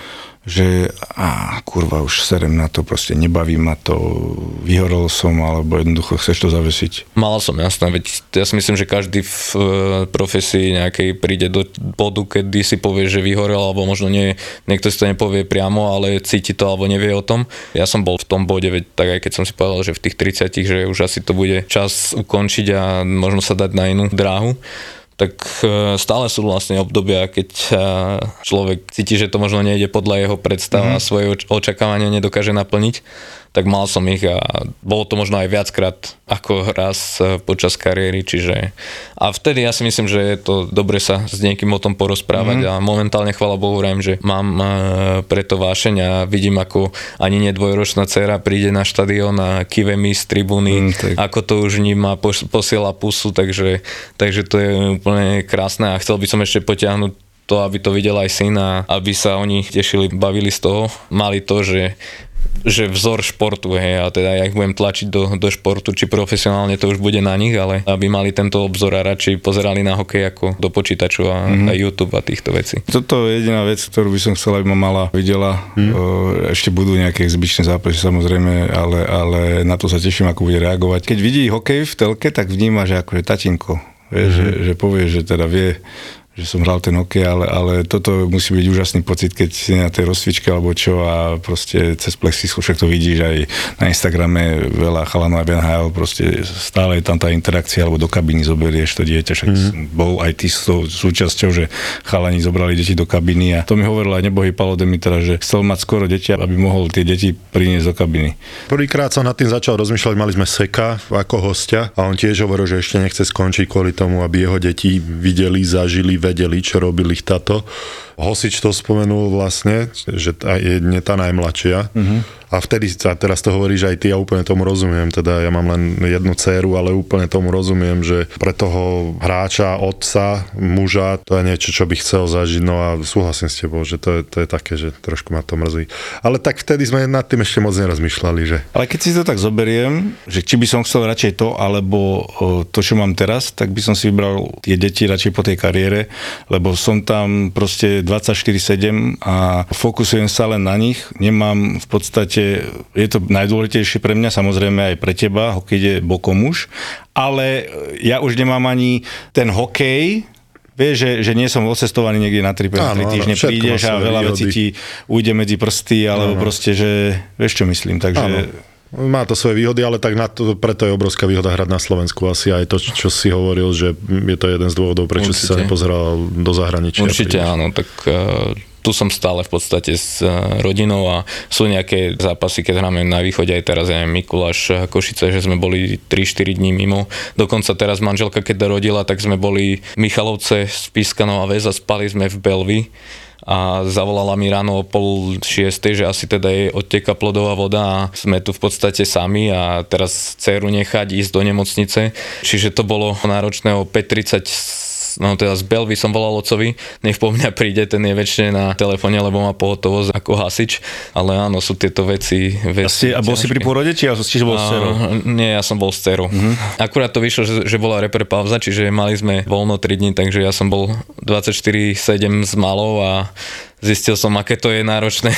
že kurva, už serem na to, proste nebaví ma to, vyhorol som, alebo jednoducho chceš to zavesiť? Mal som, jasné, veď ja si myslím, že každý v profesii nejakej príde do bodu, kedy si povie, že vyhorel, alebo možno nie, niekto si to nepovie priamo, ale cíti to, alebo nevie o tom. Ja som bol v tom bode, veď tak aj keď som si povedal, že v tých 30, že už asi to bude čas ukončiť a možno sa dať na inú dráhu, tak stále sú vlastne obdobia, keď človek cíti, že to možno nejde podľa jeho predstav a svoje očakávania nedokáže naplniť, tak mal som ich a bolo to možno aj viackrát ako raz počas kariéry, čiže a vtedy ja si myslím, že je to dobre sa s niekým o tom porozprávať a momentálne, chvála Bohu, vrajím, že mám preto vášeň a vidím, ako ani nie dvojročná dcéra príde na štadión a kive mi z tribúny, ako to už vníma, posiela pusu, takže to je úplne krásne a chcel by som ešte potiahnuť to, aby to videl aj syn a aby sa oni tešili, bavili z toho, mali to, že vzor športu, hej, a teda ja ich budem tlačiť do športu, či profesionálne to už bude na nich, ale aby mali tento obzor a radšej pozerali na hokej ako do počítaču a YouTube a týchto vecí. Toto je jediná vec, ktorú by som chcela, aby ma mala videla. Ešte budú nejaké exibičné zápasy, samozrejme, ale na to sa teším, ako bude reagovať. Keď vidí hokej v telke, tak vníma, že akože tatinko, že povie, že teda vie, že som hral ten hokej, ale toto musí byť úžasný pocit, keď si na tej rozcvičke alebo čo a proste cez plexisku, však to vidíš aj na Instagrame, veľa chalanov aj v NHL, proste stále je tam tá interakcia, alebo do kabiny zoberieš to dieťa, však bol aj ty súčasťou, že chalani zobrali deti do kabiny a to mi hovoril aj nebohý Palo Demitra, že chcel mať skoro deti, aby mohol tie deti priniesť do kabiny. Prvýkrát som nad tým začal rozmýšľať, mali sme Seka ako hostia a on tiež hovoril, že ešte nechce skončiť kvôli tomu, aby jeho deti videli, zažili, vedeli, čo robil ich tato. Hosič to spomenul vlastne, že je tá najmladšia. A vtedy, teraz to hovoríš aj ty, ja úplne tomu rozumiem. Teda ja mám len jednu dcéru, ale úplne tomu rozumiem, že pre toho hráča, otca, muža, to je niečo, čo by chcel zažiť. No a súhlasím s tebou, že to je také, že trošku ma to mrzí. Ale tak vtedy sme nad tým ešte moc nerozmýšľali, že... Ale keď si to tak zoberiem, že či by som chcel radšej to, alebo to, čo mám teraz, tak by som si vybral tie deti radšej po tej kariére, lebo som tam proste 24/7 a fokusujem sa len na nich. Nemám v podstate, je to najdôležitejšie pre mňa, samozrejme aj pre teba, hokej je bokom už, ale ja už nemám ani ten hokej. Vieš, že nie som odcestovaný niekde na 3 týždne, prídeš a veľa vecí ti ujde medzi prsty, alebo proste, že vieš, čo myslím, takže... Má to svoje výhody, ale tak preto je obrovská výhoda hrať na Slovensku. Asi aj to, čo si hovoril, že je to jeden z dôvodov, prečo si sa nepozeral do zahraničia. Určite áno, tak tu som stále v podstate s rodinou a sú nejaké zápasy, keď hráme na východe, aj teraz aj Mikuláš, Košice, že sme boli 3-4 dní mimo. Dokonca teraz manželka, keď rodila, tak sme boli v Michalovce, Spiska Nová Ves a spali sme v Belvi. A zavolala mi ráno o 5:30, že asi teda je odteka plodová voda a sme tu v podstate sami a teraz dceru nechať ísť do nemocnice. Čiže to bolo náročné o 5:30. No teda z Belvy som volal ocovi, nech po mňa príde, ten je väčšine na telefóne, lebo má pohotovosť ako hasič, ale áno, sú tieto veci a bol si pri pôrode, či bol s dcerou? Nie, ja som bol s dcerou. Akurát to vyšlo, že bola reper pauza, čiže mali sme voľno 3 dní, takže ja som bol 24/7 s malou a zistil som, aké to je náročné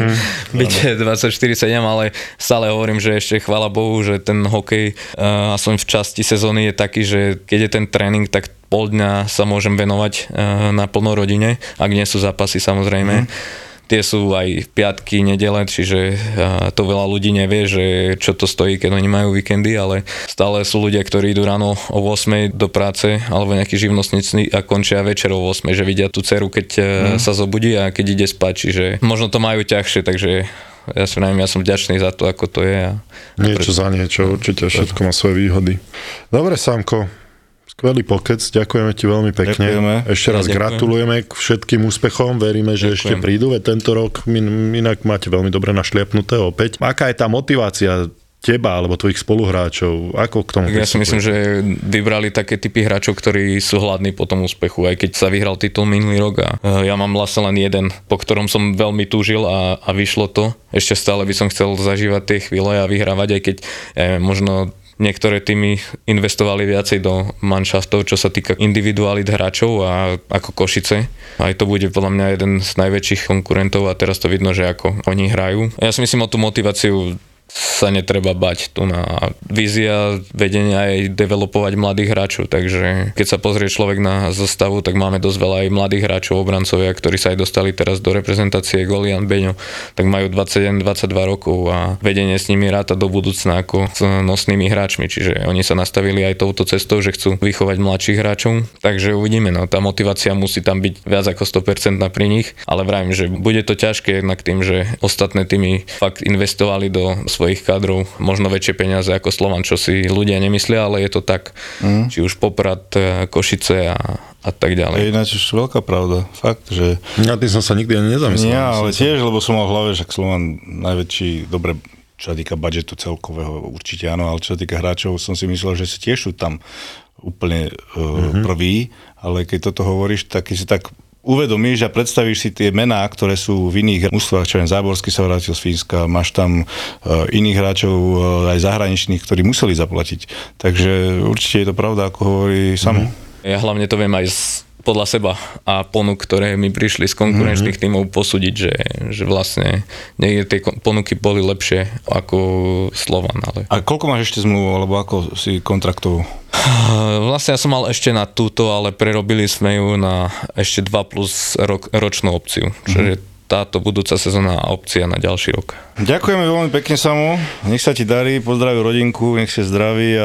byť 24/7, ale stále hovorím, že ešte chvála Bohu, že ten hokej aspoň v časti sezóny je taký, že keď je ten tréning, tak pol dňa sa môžem venovať naplno rodine, ak nie sú zápasy samozrejme. Tie sú aj piatky, nedele, čiže to veľa ľudí nevie, že čo to stojí, keď oni majú víkendy, ale stále sú ľudia, ktorí idú ráno o 8 do práce, alebo nejakí živnostníci a končia večer o 8, že vidia tú dceru, keď sa zobudí a keď ide spať, čiže možno to majú ťažšie, takže ja som vďačný za to, ako to je. Niečo za niečo, určite všetko má svoje výhody. Dobre, Sámko, skvelý pokec, ďakujeme ti veľmi pekne. Ďakujeme. Ešte raz gratulujeme k všetkým úspechom, veríme, že ešte prídu, veď tento rok inak máte veľmi dobre našliapnuté opäť. Aká je tá motivácia teba alebo tvojich spoluhráčov? Ako k tomu? Ja si myslím, že vybrali také typy hráčov, ktorí sú hladní po tom úspechu, aj keď sa vyhral titul minulý rok a ja mám vlastne len jeden, po ktorom som veľmi túžil a vyšlo to. Ešte stále by som chcel zažívať tie chvíle a vyhrávať, aj keď možno niektoré týmy investovali viacej do manšaftov, čo sa týka individualít hráčov a ako Košice. Aj to bude podľa mňa jeden z najväčších konkurentov a teraz to vidno, že ako oni hrajú. Ja si myslím, o tú motiváciu sa netreba bať. Tu na vízia vedenia aj developovať mladých hráčov, takže keď sa pozrie človek na zostavu, tak máme dosť veľa aj mladých hráčov, obrancovia, ktorí sa aj dostali teraz do reprezentácie, Golian, Beňo, tak majú 21-22 rokov a vedenie s nimi ráta do budúcna ako s nosnými hráčmi, čiže oni sa nastavili aj touto cestou, že chcú vychovať mladších hráčov, takže uvidíme, no tá motivácia musí tam byť viac ako 100% pri nich, ale vravím, že bude to ťažké jednak tým, že ostatné týmy fakt investovali do svojich kádrov možno väčšie peniaze ako Slovan, čo si ľudia nemyslia, ale je to tak. Či už Poprad, Košice a tak ďalej. Je ináč už veľká pravda. Fakt, že... Ja tým som sa nikdy ani nezamyslel. Ja, ale tiež, lebo som mal v hlave, že Slovan najväčší, dobre, čo sa týka budžetu celkového, určite áno, ale čo sa týka hráčov, som si myslel, že si tiež sú tam úplne prví, ale keď toto hovoríš, tak si tak uvedomíš a predstavíš si tie mená, ktoré sú v iných mužstvách, čo Záborský sa vrátil z Fínska, máš tam iných hráčov aj zahraničných, ktorí museli zaplatiť. Takže určite je to pravda, ako hovorí Samo. Ja hlavne to viem aj podľa seba a ponúk, ktoré mi prišli z konkurenčných tímov posúdiť, že vlastne niekde tie ponuky boli lepšie ako Slovan. Ale... A koľko máš ešte zmluvu, alebo ako si kontraktoval? Vlastne ja som mal ešte na túto, ale prerobili sme ju na ešte 2 plus ročnú opciu. Čiže táto budúca sezónna opcia na ďalší rok. Ďakujeme veľmi pekne, Samo. Nech sa ti darí, pozdravuj rodinku, nech si zdraví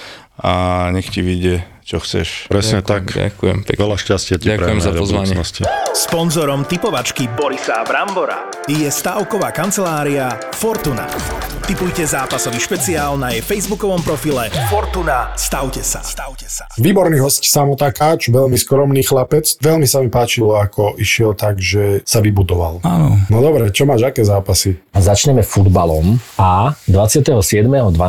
a nech ti vyjde, čo chceš. Presne tak. Ďakujem pekne. Veľa šťastia ti ďakujem za pozvanie. Sponzorom typovačky Borisa Brambora je stavková kancelária Fortuna. Tipujte zápasový špeciál na jej facebookovom profile Fortuna. Stavte sa. Výborný hosť Samo Takáč, veľmi skromný chlapec. Veľmi sa mi páčilo, ako išiel tak, že sa vybudoval. Áno. No dobre, čo máš, aké zápasy? Začneme futbalom a 27.12.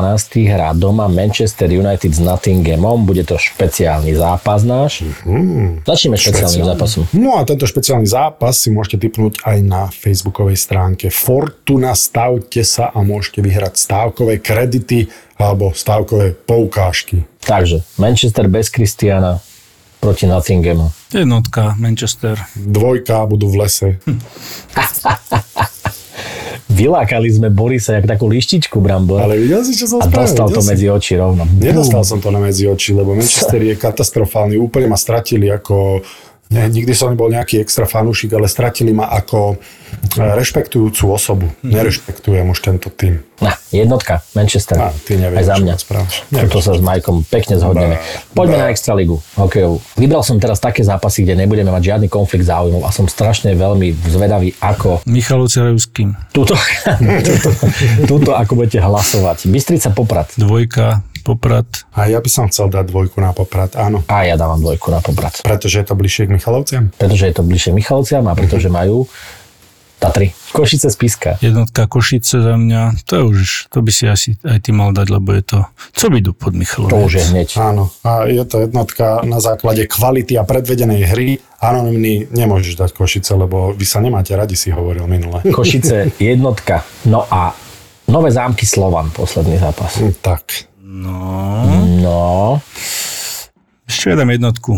hrá doma Manchester United s Nottinghamom. Bude to špeciálny zápas náš. Začneme špeciálnym zápasom. No a tento špeciálny zápas si môžete tipnúť aj na facebookovej stránke Fortuna. Stavte sa a môžete vyhrať stávkové kredity alebo stávkové poukážky. Takže Manchester bez Kristiana proti Nottinghamu. Jednotka, Manchester. 2 budú v lese. Vylákali sme Borisa jak takú lištičku, Brambor. Ale videl si, čo som spravil? A dostal to medzi oči rovno. Nedostal som to na medzi oči, lebo Manchester je katastrofálny. Úplne ma stratili ako... Nikdy som nebol nejaký extra fanúšik, ale stratili ma ako rešpektujúcu osobu. Nerešpektujem už tento tým. Jednotka, Manchester. Ty nevieš, aj za mňa. Toto sa s Majkom pekne zhodneme. Poďme na Extraligu. Hokejovú. Vybral som teraz také zápasy, kde nebudeme mať žiadny konflikt záujmov a som strašne veľmi zvedavý, ako... Michalovce Rajúským. Tuto ako budete hlasovať. Bystrica Poprad. 2 Poprad. A ja by som chcel dať 2 na Poprad, áno. A ja dávam 2 na Poprad. Pretože je to bližšie k Michalovciam? Pretože je to bližšie k Michalovciam a pretože majú Tatry. Košice Spišská. Jednotka Košice za mňa, to by si asi aj ty mal dať, lebo je to, co by pod Michalovec. To už je hneď. Áno, a je to jednotka na základe kvality a predvedenej hry. Anonymný nemôžeš dať Košice, lebo vy sa nemáte radi, si hovoril minule. Košice jednotka. No a Nové Zámky Slovan, posledný zápas. Tak. No. Ešte jedem jednotku.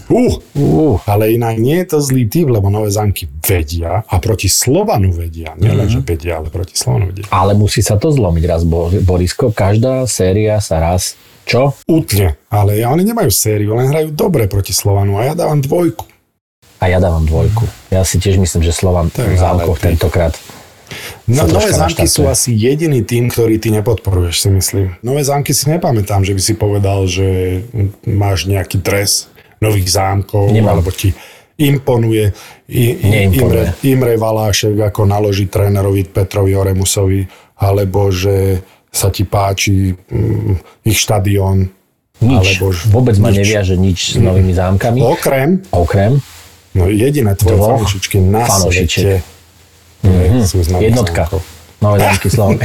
Ale inak nie je to zlý typ, lebo Nové Zámky vedia a proti Slovanu vedia. Nielen, že vedia, ale proti Slovanu vedia. Ale musí sa to zlomiť raz, Borisko. Každá séria sa raz, čo? Utne. Ale oni nemajú sériu, len hrajú dobre proti Slovanu a ja dávam 2. A ja dávam 2. Ja si tiež myslím, že Slovan v Zámkoch tentokrát. Nové Zámky sú asi jediný tým, ktorý ty nepodporuješ, si myslím. Nové Zámky si nepamätám, že by si povedal, že máš nejaký dres Nových Zámkov, alebo ti imponuje Imre Valášek, ako naloží trénerovi Petrovi Oremusovi, alebo že sa ti páči ich štadión. Nič. Vôbec ma neviaže nič s Novými Zámkami. Okrem. No jediné tvoje fanúšičky na svete. Jednotka. Nové Zámky Slovan.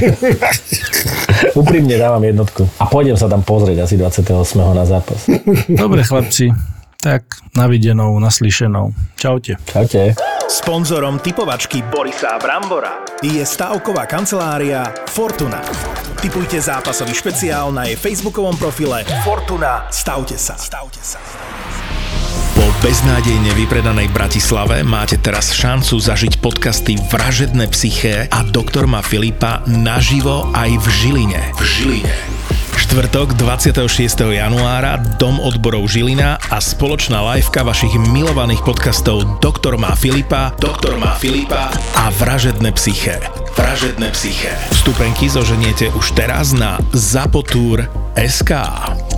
Úprimne dávam jednotku. A pôjdem sa tam pozrieť asi 28. na zápas. Dobre, chlapci. Tak, navidenou, naslyšenou. Čaute. Čaute. Sponzorom typovačky Borisa Brambora je stavková kancelária Fortuna. Tipujte zápasový špeciál na jej facebookovom profile Fortuna. Stavte sa. Po beznádejne vypredanej Bratislave máte teraz šancu zažiť podcasty Vražedné psyché a Doktor má Filipa naživo aj v Žiline. Štvrtok 26. januára Dom odborov Žilina a spoločná liveka vašich milovaných podcastov Doktor má Filipa a Vražedné psyché. Vstupenky zoženiete už teraz na zapotur.sk.